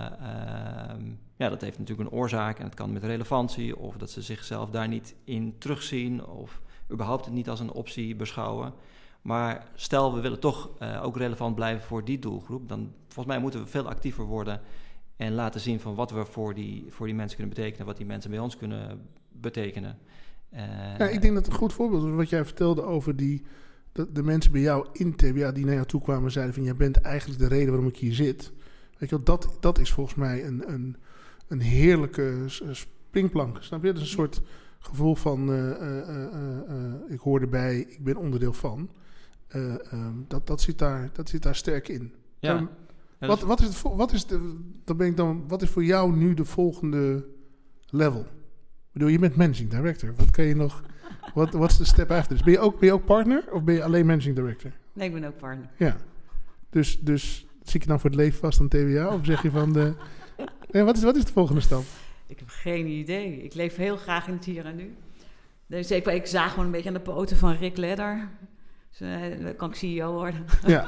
Uh, ja, dat heeft natuurlijk een oorzaak en het kan met relevantie... of dat ze zichzelf daar niet in terugzien... of überhaupt het niet als een optie beschouwen. Maar stel, we willen toch uh, ook relevant blijven voor die doelgroep... dan volgens mij moeten we veel actiever worden... en laten zien van wat we voor die, voor die mensen kunnen betekenen... wat die mensen bij ons kunnen betekenen. Uh,
ja, ik denk dat een goed voorbeeld is wat jij vertelde over die... De, de mensen bij jou in T B W A die naar jou toe kwamen en zeiden van... jij bent eigenlijk de reden waarom ik hier zit. Weet je wel, dat, dat is volgens mij een, een, een heerlijke springplank. Snap je? Dat is een soort gevoel van... Uh, uh, uh, uh, ik hoor erbij, ik ben onderdeel van. Uh, um, dat, dat, zit daar, dat zit daar sterk in.
Ja.
Um,
ja
wat, wat, is het, wat, is de, dan ben ik dan, wat is voor jou nu de volgende level? Ik bedoel, je bent managing director. Wat kan je nog... Wat wat is de step after? Dus ben je, ook, ben je ook partner of ben je alleen managing director?
Nee, ik ben ook partner.
Ja. Dus, dus zie ik dan voor het leven vast aan T B W A? Of zeg je van... De, nee, wat, is, wat is de volgende stap?
Ik heb geen idee. Ik leef heel graag in het hier en nu. Dus ik, ik zaag gewoon een beetje aan de poten van Rick Ledder. Dus, uh, dan kan ik C E O worden.
Ja.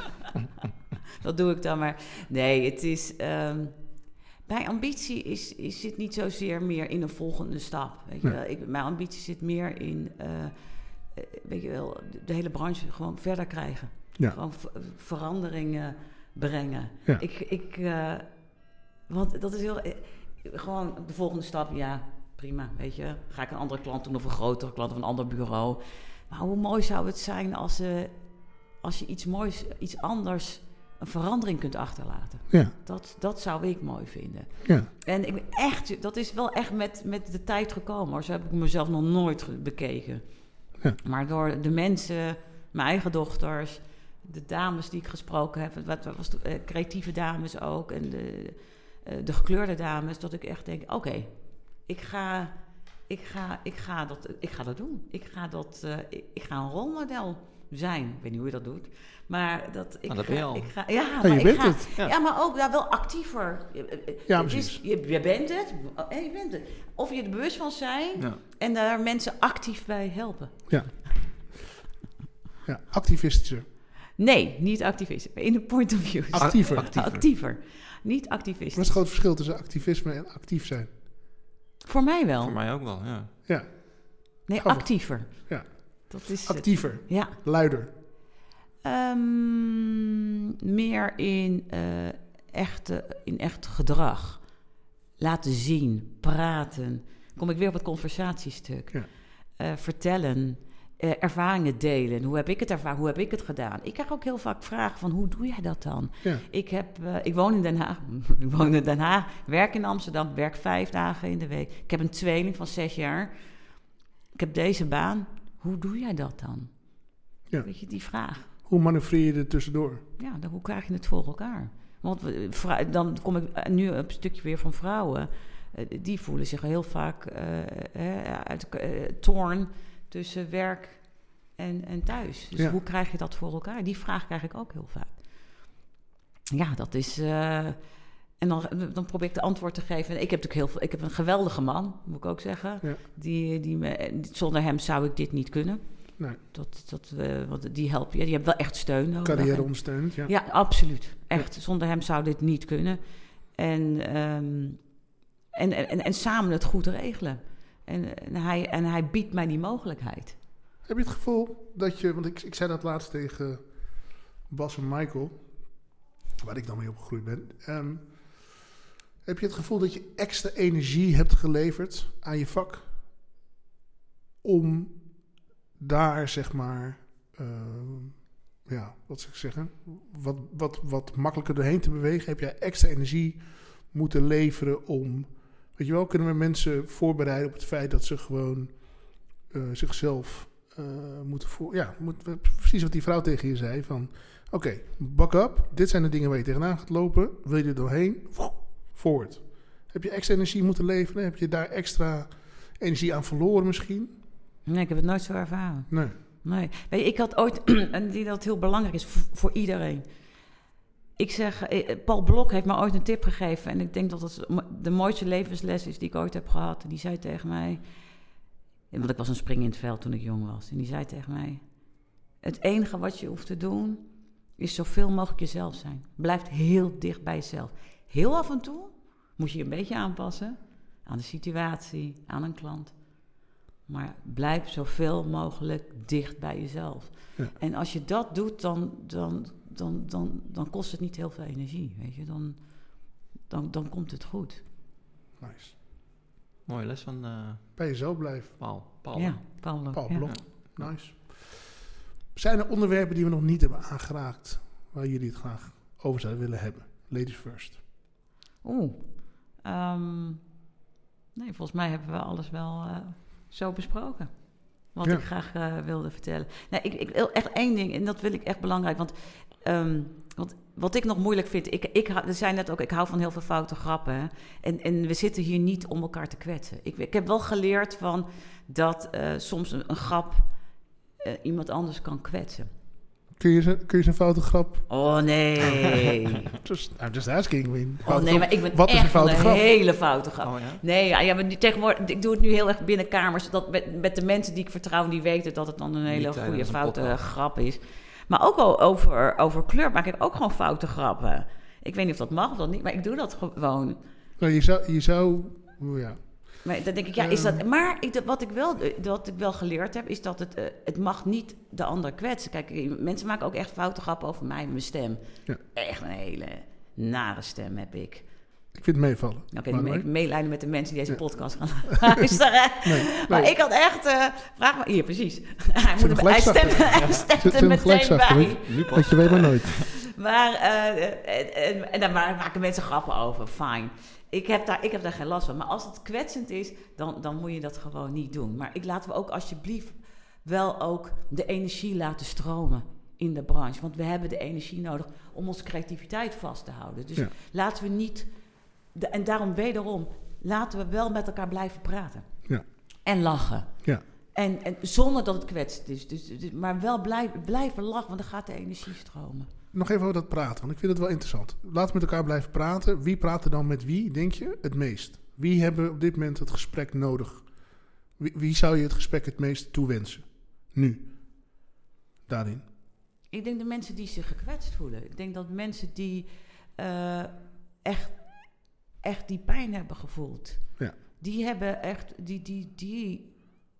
Dat doe ik dan maar. Nee, het is... Um, mijn ambitie is, is, zit niet zozeer meer in een volgende stap. Weet je wel? Ik, mijn ambitie zit meer in... Uh, weet je wel, de, de hele branche gewoon verder krijgen.
Ja.
Gewoon v- veranderingen brengen.
Ja.
Ik... ik uh, want dat is heel... Uh, gewoon de volgende stap, ja, prima, weet je. Ga ik een andere klant doen of een grotere klant of een ander bureau. Maar hoe mooi zou het zijn als, uh, als je iets moois, iets anders... een verandering kunt achterlaten.
Ja.
Dat, dat zou ik mooi vinden.
Ja.
En ik ben echt, dat is wel echt met, met de tijd gekomen. Hoor. Zo heb ik mezelf nog nooit bekeken.
Ja.
Maar door de mensen, mijn eigen dochters... de dames die ik gesproken heb... wat was de, uh, creatieve dames ook... en de, uh, de gekleurde dames... dat ik echt denk, oké, okay, ik ga... Ik ga, ik, ga dat, ik ga dat doen. Ik ga, dat, uh, ik, ik ga een rolmodel zijn. Ik weet niet hoe je dat doet. Maar dat... Ik
ah, dat
ga,
ben je al.
Ik ga, ja,
ja,
maar
je
ik
bent
ga,
het.
Ja. ja, maar ook ja, wel actiever.
Ja,
het is, je, je bent het. En je bent het. Of je er bewust van zijn...
Ja.
en daar mensen actief bij helpen.
Ja. Ja, activistischer.
Nee, niet activisme. In de point of view.
Actiever.
Actiever.
Actiever. Niet activistisch.
Wat is het grote verschil tussen activisme en actief zijn?
Voor mij wel.
Voor mij ook wel, ja.
Ja,
Nee,
Grappig.
actiever.
Ja.
Dat is het.
actiever,
Ja.
luider.
Ehm, meer in, eh, echte, in echt gedrag. Laten zien, praten. Kom ik weer op het conversatiestuk.
Ja.
Eh, vertellen, eh, ervaringen delen. Hoe heb ik het ervaren? Hoe heb ik het gedaan? Ik krijg ook heel vaak vragen van, hoe doe jij dat dan?
Ja.
Ik, heb, eh, ik woon in Den Haag. ik woon in Den Haag. Werk in Amsterdam. Werk vijf dagen in de week. Ik heb een tweeling van zes jaar. Ik heb deze baan. Hoe doe jij dat dan?
Ja.
Weet je, die vraag.
Hoe manoeuvreer je er tussendoor?
Ja, dan, hoe krijg je het voor elkaar? Want we- vrou- dan kom ik eh, nu op een stukje weer van vrouwen. Eh, die voelen zich heel vaak eh, eh, uit eh, torn tussen werk en, en thuis. Dus
Ja.
hoe krijg je dat voor elkaar? Die vraag krijg ik ook heel vaak. Ja, dat is... eh, en dan, dan probeer ik de antwoord te geven. Ik heb natuurlijk heel veel... Ik heb een geweldige man, moet ik ook zeggen.
Ja.
Die, die me, zonder hem zou ik dit niet kunnen.
Nee.
Dat, dat, eh, want die helpt je. Die hebt wel echt steun nodig.
Carrière
En-
ondersteunend, ja.
ja, absoluut. Echt. Zonder hem zou dit niet kunnen. En, ehm, en, en, en samen het goed regelen. En, en, hij, en hij biedt mij die mogelijkheid.
Heb je het gevoel dat je... Want ik, ik zei dat laatst tegen Bas en Michael, waar ik dan mee opgegroeid ben. Ehm, heb je het gevoel dat je extra energie hebt geleverd aan je vak om daar, zeg maar... ehm, ja, wat zou ik zeggen? Wat, wat, wat makkelijker doorheen te bewegen? Heb jij extra energie moeten leveren om... Weet je wel, kunnen we mensen voorbereiden op het feit dat ze gewoon eh, zichzelf eh, moeten voor... Ja, moet, precies wat die vrouw tegen je zei. Van, oké, okay, buck up. Dit zijn de dingen waar je tegenaan gaat lopen. Wil je er doorheen? Forward. Heb je extra energie moeten leveren? Heb je daar extra energie aan verloren misschien?
Nee, ik heb het nooit zo ervaren.
Nee.
Nee. Weet je, ik had ooit... en die dat heel belangrijk is voor, voor iedereen. Ik zeg... eh, Paul Blok heeft me ooit een tip gegeven. En ik denk dat het de mooiste levensles is die ik ooit heb gehad. En die zei tegen mij... Want ik was een spring in het veld toen ik jong was. En die zei tegen mij... Het enige wat je hoeft te doen... is zoveel mogelijk jezelf zijn. Blijf heel dicht bij jezelf. Heel af en toe moet je je een beetje aanpassen... aan de situatie, aan een klant... Maar blijf zoveel mogelijk dicht bij jezelf.
Ja.
En als je dat doet, dan, dan, dan, dan, dan kost het niet heel veel energie. Weet je? Dan, dan, dan komt het goed.
Nice.
Mooie les van uh,
Bij jezelf blijven.
Paul. Paul.
Ja, Paul Blok.
Paul
Ja.
Blok. Nice. Zijn er onderwerpen die we nog niet hebben aangeraakt... waar jullie het graag over zouden willen hebben? Ladies first.
Oeh. Um, nee, volgens mij hebben we alles wel uh, zo besproken. Wat
Ja.
ik graag uh, wilde vertellen. Nee, ik, ik wil echt één ding, en dat wil ik echt belangrijk. Want, um, want wat ik nog moeilijk vind... Ik, ik, er zijn net ook, ik hou van heel veel foute grappen. Hè? En, en we zitten hier niet om elkaar te kwetsen. Ik, ik heb wel geleerd van dat uh, soms een, een grap uh, iemand anders kan kwetsen.
Kun je, kun je eens een foute grap...
Oh nee.
Just, I'm just asking. I mean,
Oh nee, maar ik ben
wat is een
echt
foute
een
grap?
hele foute grap.
Oh, ja?
Nee, ja, ja, maar nu, tegenwoordig, ik doe het nu heel erg binnen kamers. Dat met, met de mensen die ik vertrouw, die weten dat het dan een hele
Niet
goede
tijdens een
foute
podcast.
grap is. Maar ook al over, over kleur maak ik ook gewoon foute grappen. Ik weet niet of dat mag of dat niet, maar ik doe dat gewoon.
Nou, je zou... Je zou oh ja.
Maar dan denk ik, ja, is dat... Maar ik, wat, ik wel, wat ik wel geleerd heb, is dat het, uh, het mag niet de ander kwetsen. Kijk, mensen maken ook echt foute grappen over mij, mijn stem.
Ja.
Echt een hele nare stem heb ik.
Ik vind het meevallen.
Oké, okay,
Maar
ik
nee.
meelijden met de mensen die deze
Ja.
podcast gaan luisteren.
Nee, nee.
Maar ik had echt... Uh, vraag maar... Hier, precies. hij,
Zet
moet
hem
hem, hij
gelijk
stemt,
zachter.
hij stemt
Zet
er
hem gelijk
meteen
zachter,
bij.
Nu pas.
Want je weet maar nooit.
Maar, uh, en, en, en daar maken mensen grappen over. Fine. Ik heb, daar, ik heb daar geen last van. Maar als het kwetsend is, dan, dan moet je dat gewoon niet doen. Maar ik laten we ook alsjeblieft wel ook de energie laten stromen in de branche. Want we hebben de energie nodig om onze creativiteit vast te houden. Dus
Ja.
laten we niet... De, en daarom wederom, laten we wel met elkaar blijven praten.
Ja.
En lachen.
Ja.
En, en zonder dat het kwetst is. Dus, dus, maar wel blijf, blijven lachen, want dan gaat de energie stromen.
Nog even over dat praten, want ik vind het wel interessant. Laten we met elkaar blijven praten. Wie praat er dan met wie, denk je, het meest? Wie hebben op dit moment het gesprek nodig? Wie, wie zou je het gesprek het meest toewensen? Nu. Daarin.
Ik denk de mensen die zich gekwetst voelen. Ik denk dat mensen die uh, echt, echt die pijn hebben gevoeld.
Ja.
Die hebben echt, die, die, die,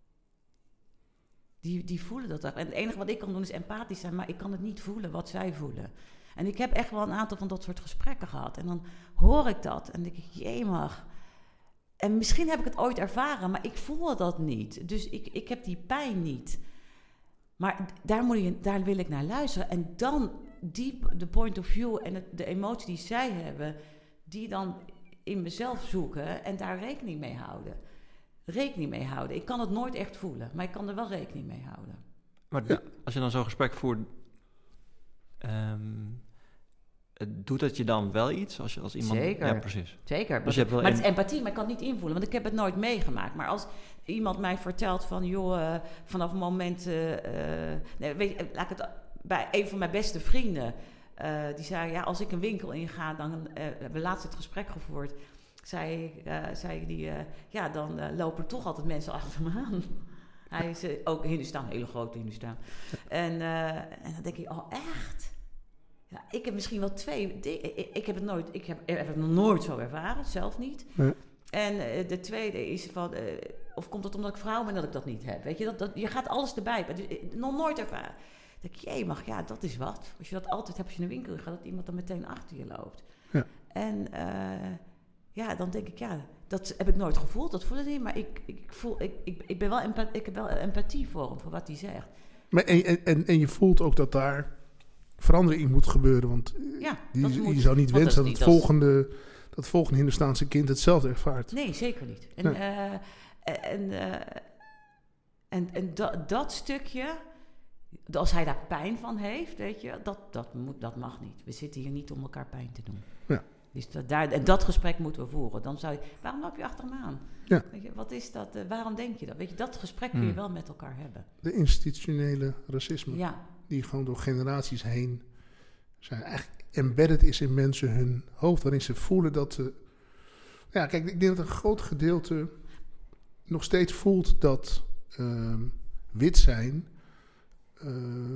die, die voelen dat echt. En het enige wat ik kan doen is empathisch zijn, maar ik kan het niet voelen wat zij voelen. En ik heb echt wel een aantal van dat soort gesprekken gehad. En dan hoor ik dat en denk ik, jemig. En misschien heb ik het ooit ervaren, maar ik voel dat niet. Dus ik, ik heb die pijn niet. Maar daar, moet je, daar wil ik naar luisteren. En dan diep de point of view en het, de emotie die zij hebben, die dan in mezelf zoeken en daar rekening mee houden. Rekening mee houden. Ik kan het nooit echt voelen, maar ik kan er wel rekening mee houden.
Maar ja. als je dan zo'n gesprek voert, um, doet dat je dan wel iets? Als, je, als iemand...
Zeker.
Ja, precies.
Zeker.
Dus je hebt wel
maar
een...
het is empathie, maar ik kan het niet invoelen, want ik heb het nooit meegemaakt. Maar als iemand mij vertelt van, joh, uh, vanaf het moment... Uh, uh, nee, weet je, laat ik het bij een van mijn beste vrienden... Uh, die zei, ja, als ik een winkel inga, dan uh, we hebben laatst het gesprek gevoerd... zei, uh, zei die, uh, ja, dan uh, lopen er toch altijd mensen achter me aan. Hij is uh, ook Hindustan, een hele grote Hindustan. En, uh, en dan denk ik, oh, echt? Ja, ik heb misschien wel twee... Ik, ik heb het nooit... Ik heb, ik heb het nog nooit zo ervaren, zelf niet.
Nee.
En uh, de tweede is van... Uh, of komt het omdat ik vrouw ben dat ik dat niet heb? Weet je, dat, dat, je gaat alles erbij. Dus, nog nooit ervaren. Dan denk ik, jee, mag, ja, dat is wat. Als je dat altijd hebt als je in de winkel gaat, dat iemand dan meteen achter je loopt.
Ja.
En uh, ja, dan denk ik, ja, dat heb ik nooit gevoeld. Dat voel ik niet, maar ik, ik, voel, ik, ik, ik, ben wel empa- ik heb wel empathie voor hem, voor wat hij zegt.
Maar en, en, en je voelt ook dat daar verandering in moet gebeuren. Want
ja,
die,
moet,
je zou niet wensen dat,
dat
het volgende, dat volgende Hindustaanse kind hetzelfde ervaart.
Nee, zeker niet. En,
nee.
uh, en, uh, en, en dat, dat stukje, als hij daar pijn van heeft, weet je, dat, dat, moet, dat mag niet. We zitten hier niet om elkaar pijn te doen.
Ja.
Dus dat, daar, en dat gesprek moeten we voeren. Dan zou je, waarom loop je achter hem aan?
Ja.
Weet je, wat is dat? Uh, waarom denk je dat? Weet je, dat gesprek kun je wel met elkaar hebben.
De institutionele racisme,
ja.
die gewoon door generaties heen zijn eigenlijk embedded is in mensen hun hoofd, waarin ze voelen dat ze... Ja, kijk, ik denk dat een groot gedeelte nog steeds voelt dat uh, wit zijn uh,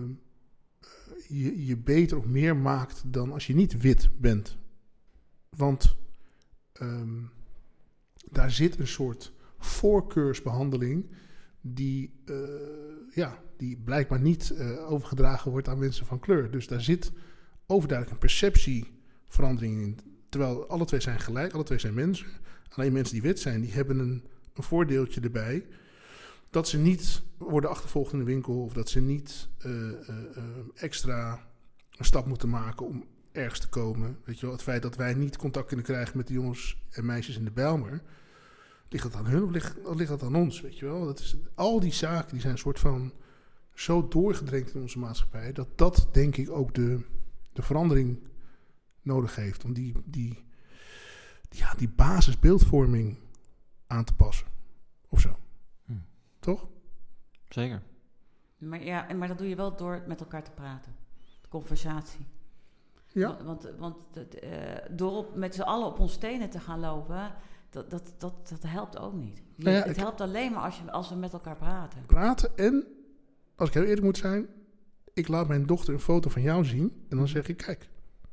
je, je beter of meer maakt dan als je niet wit bent. Want um, daar zit een soort voorkeursbehandeling die, uh, ja, die blijkbaar niet uh, overgedragen wordt aan mensen van kleur. Dus daar zit overduidelijk een perceptieverandering in. Terwijl alle twee zijn gelijk, alle twee zijn mensen. Alleen mensen die wit zijn, die hebben een, een voordeeltje erbij. Dat ze niet worden achtervolgd in de winkel of dat ze niet uh, uh, uh, extra een stap moeten maken om ergens te komen. Weet je wel, het feit dat wij niet contact kunnen krijgen met de jongens en meisjes in de Bijlmer, ligt dat aan hun of ligt, of ligt dat aan ons? Weet je wel, dat is, al die zaken die zijn een soort van zo doorgedrenkt in onze maatschappij, dat dat denk ik ook de, de verandering nodig heeft om die, die, die, ja, die basisbeeldvorming aan te passen. Of zo. Hm. Toch?
Zeker.
Maar, ja, maar dat doe je wel door met elkaar te praten. De conversatie.
Ja.
Want, want uh, door op, met z'n allen op ons tenen te gaan lopen, dat, dat, dat, dat helpt ook niet. Je, nou ja, het helpt alleen maar als, je, als we met elkaar praten.
Praten en, als ik heel eerlijk moet zijn, ik laat mijn dochter een foto van jou zien en dan zeg ik, kijk.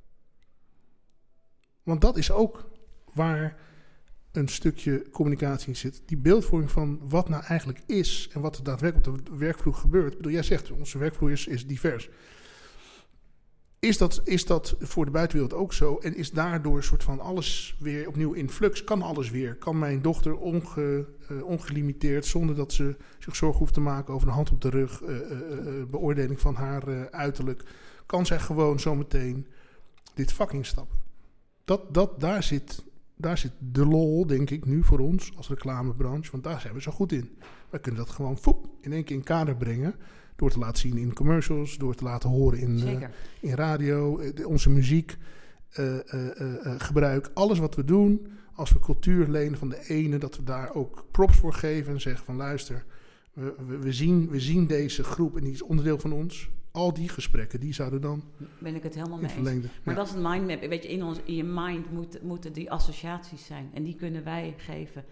Want dat is ook waar een stukje communicatie in zit. Die beeldvorming van wat nou eigenlijk is en wat er daadwerkelijk op de werkvloer gebeurt. Ik bedoel, jij zegt, onze werkvloer is, is divers. Is dat, is dat voor de buitenwereld ook zo? En is daardoor een soort van alles weer opnieuw in flux? Kan alles weer? Kan mijn dochter onge, uh, ongelimiteerd, zonder dat ze zich zorgen hoeft te maken over een hand op de rug, uh, uh, uh, beoordeling van haar uh, uiterlijk, kan zij gewoon zometeen dit vak instappen? Dat, dat, daar, zit, daar zit de lol, denk ik, nu voor ons als reclamebranche. Want daar zijn we zo goed in. Wij kunnen dat gewoon foep, in één keer in kader brengen. Door te laten zien in commercials, door te laten horen in, uh, in radio, uh, onze muziek, uh, uh, uh, uh, gebruik. Alles wat we doen, als we cultuur lenen van de ene, dat we daar ook props voor geven en zeggen van luister, we, we, we, zien, we zien deze groep en die is onderdeel van ons. Al die gesprekken, die zouden dan...
Ben ik het helemaal mee eens.
Verlengde.
Maar
ja.
dat is een mindmap. Weet je, in, ons, in je mind moet, moeten die associaties zijn. En die kunnen wij geven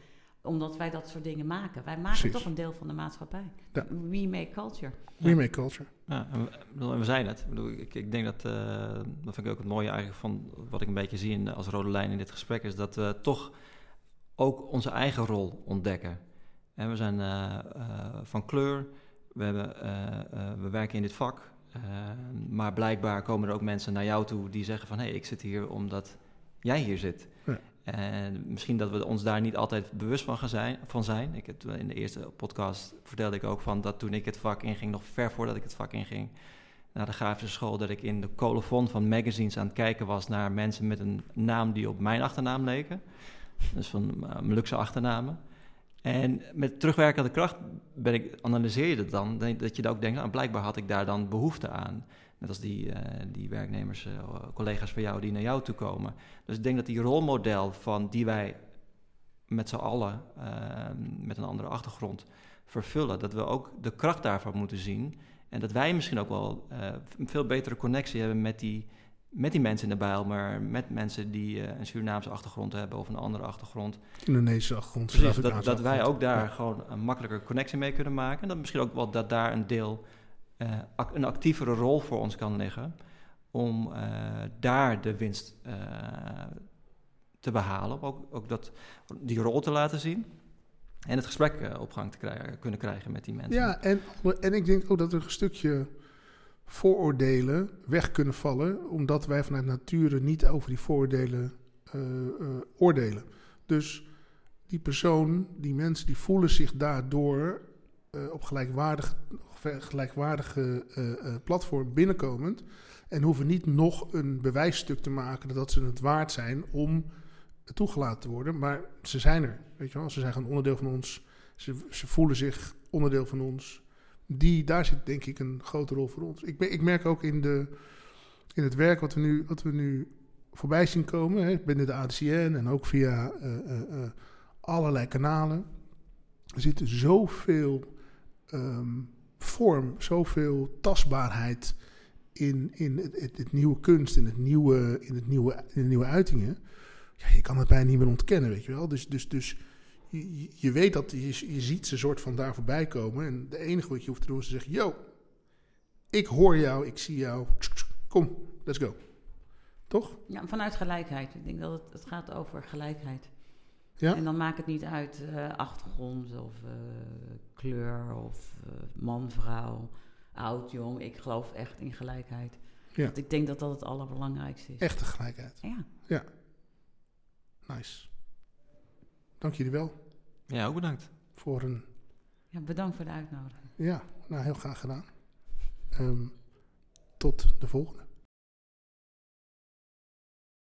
omdat wij dat soort dingen maken. Wij maken
Precies.
toch een deel van de maatschappij.
Ja.
We make culture.
We make culture.
Ja, en we, ik bedoel, en we zijn het. Ik, bedoel, ik, ik denk dat, uh, dat vind ik ook het mooie eigenlijk van wat ik een beetje zie in, als rode lijn in dit gesprek, is dat we toch ook onze eigen rol ontdekken. En we zijn uh, uh, van kleur, we, hebben, uh, uh, we werken in dit vak, uh, maar blijkbaar komen er ook mensen naar jou toe die zeggen van, hé, hey, ik zit hier omdat jij hier zit.
Ja.
En misschien dat we ons daar niet altijd bewust van, gaan zijn, van zijn. Ik heb, in de eerste podcast vertelde ik ook van dat toen ik het vak inging, nog ver voordat ik het vak inging, naar de grafische school, dat ik in de colofon van magazines aan het kijken was naar mensen met een naam die op mijn achternaam leken. Dus van uh, Molukse achternamen. En met terugwerkende kracht ben ik, analyseer je dat dan, dat je dan ook denkt, nou, blijkbaar had ik daar dan behoefte aan. Net als die, uh, die werknemers, uh, collega's van jou die naar jou toe komen. Dus ik denk dat die rolmodel van die wij met z'n allen uh, met een andere achtergrond vervullen, dat we ook de kracht daarvan moeten zien. En dat wij misschien ook wel uh, een veel betere connectie hebben met die, met die mensen in de Bijl, maar met mensen die uh, een Surinaamse achtergrond hebben of een andere achtergrond.
Indonesische achtergrond.
Precies, dat, dat wij ook daar ja. gewoon een makkelijker connectie mee kunnen maken. En dat misschien ook wel dat daar een deel, uh, ac- een actievere rol voor ons kan liggen om uh, daar de winst uh, te behalen. Ook, ook dat, die rol te laten zien. En het gesprek uh, op gang te krijgen, kunnen krijgen met die mensen.
Ja, en, en ik denk ook dat er een stukje vooroordelen weg kunnen vallen, omdat wij vanuit nature niet over die vooroordelen uh, uh, oordelen. Dus die persoon, die mensen, die voelen zich daardoor uh, op gelijkwaardige, gelijkwaardige uh, uh, platform binnenkomend en hoeven niet nog een bewijsstuk te maken dat ze het waard zijn om toegelaten te worden, maar ze zijn er, weet je wel. Ze zijn gewoon onderdeel van ons. Ze, ze voelen zich onderdeel van ons. Die, daar zit denk ik een grote rol voor ons. Ik, ben, ik merk ook in, de, in het werk wat we nu, wat we nu voorbij zien komen, hè, binnen de A D C N en ook via uh, uh, uh, allerlei kanalen. Er zit zoveel um, vorm, zoveel tastbaarheid in, in het, het, het nieuwe kunst, in het nieuwe, in het nieuwe, in de nieuwe uitingen. Ja, je kan het bijna niet meer ontkennen, weet je wel. Dus, dus, dus je, je weet dat, je, je ziet ze soort van daar voorbij komen. En het enige wat je hoeft te doen is te zeggen, yo, ik hoor jou, ik zie jou. Kom, let's go. Toch?
Ja, vanuit gelijkheid. Ik denk dat het, het gaat over gelijkheid.
Ja?
En dan maakt het niet uit uh, achtergrond of uh, kleur of uh, man, vrouw, oud, jong. Ik geloof echt in gelijkheid.
Ja.
Want ik denk dat dat het allerbelangrijkste is.
Echte gelijkheid.
Ja.
Ja. Nice. Dank jullie wel.
Ja, ook bedankt.
Voor een...
Ja, bedankt voor de uitnodiging.
Ja, nou heel graag gedaan. Um, tot de volgende.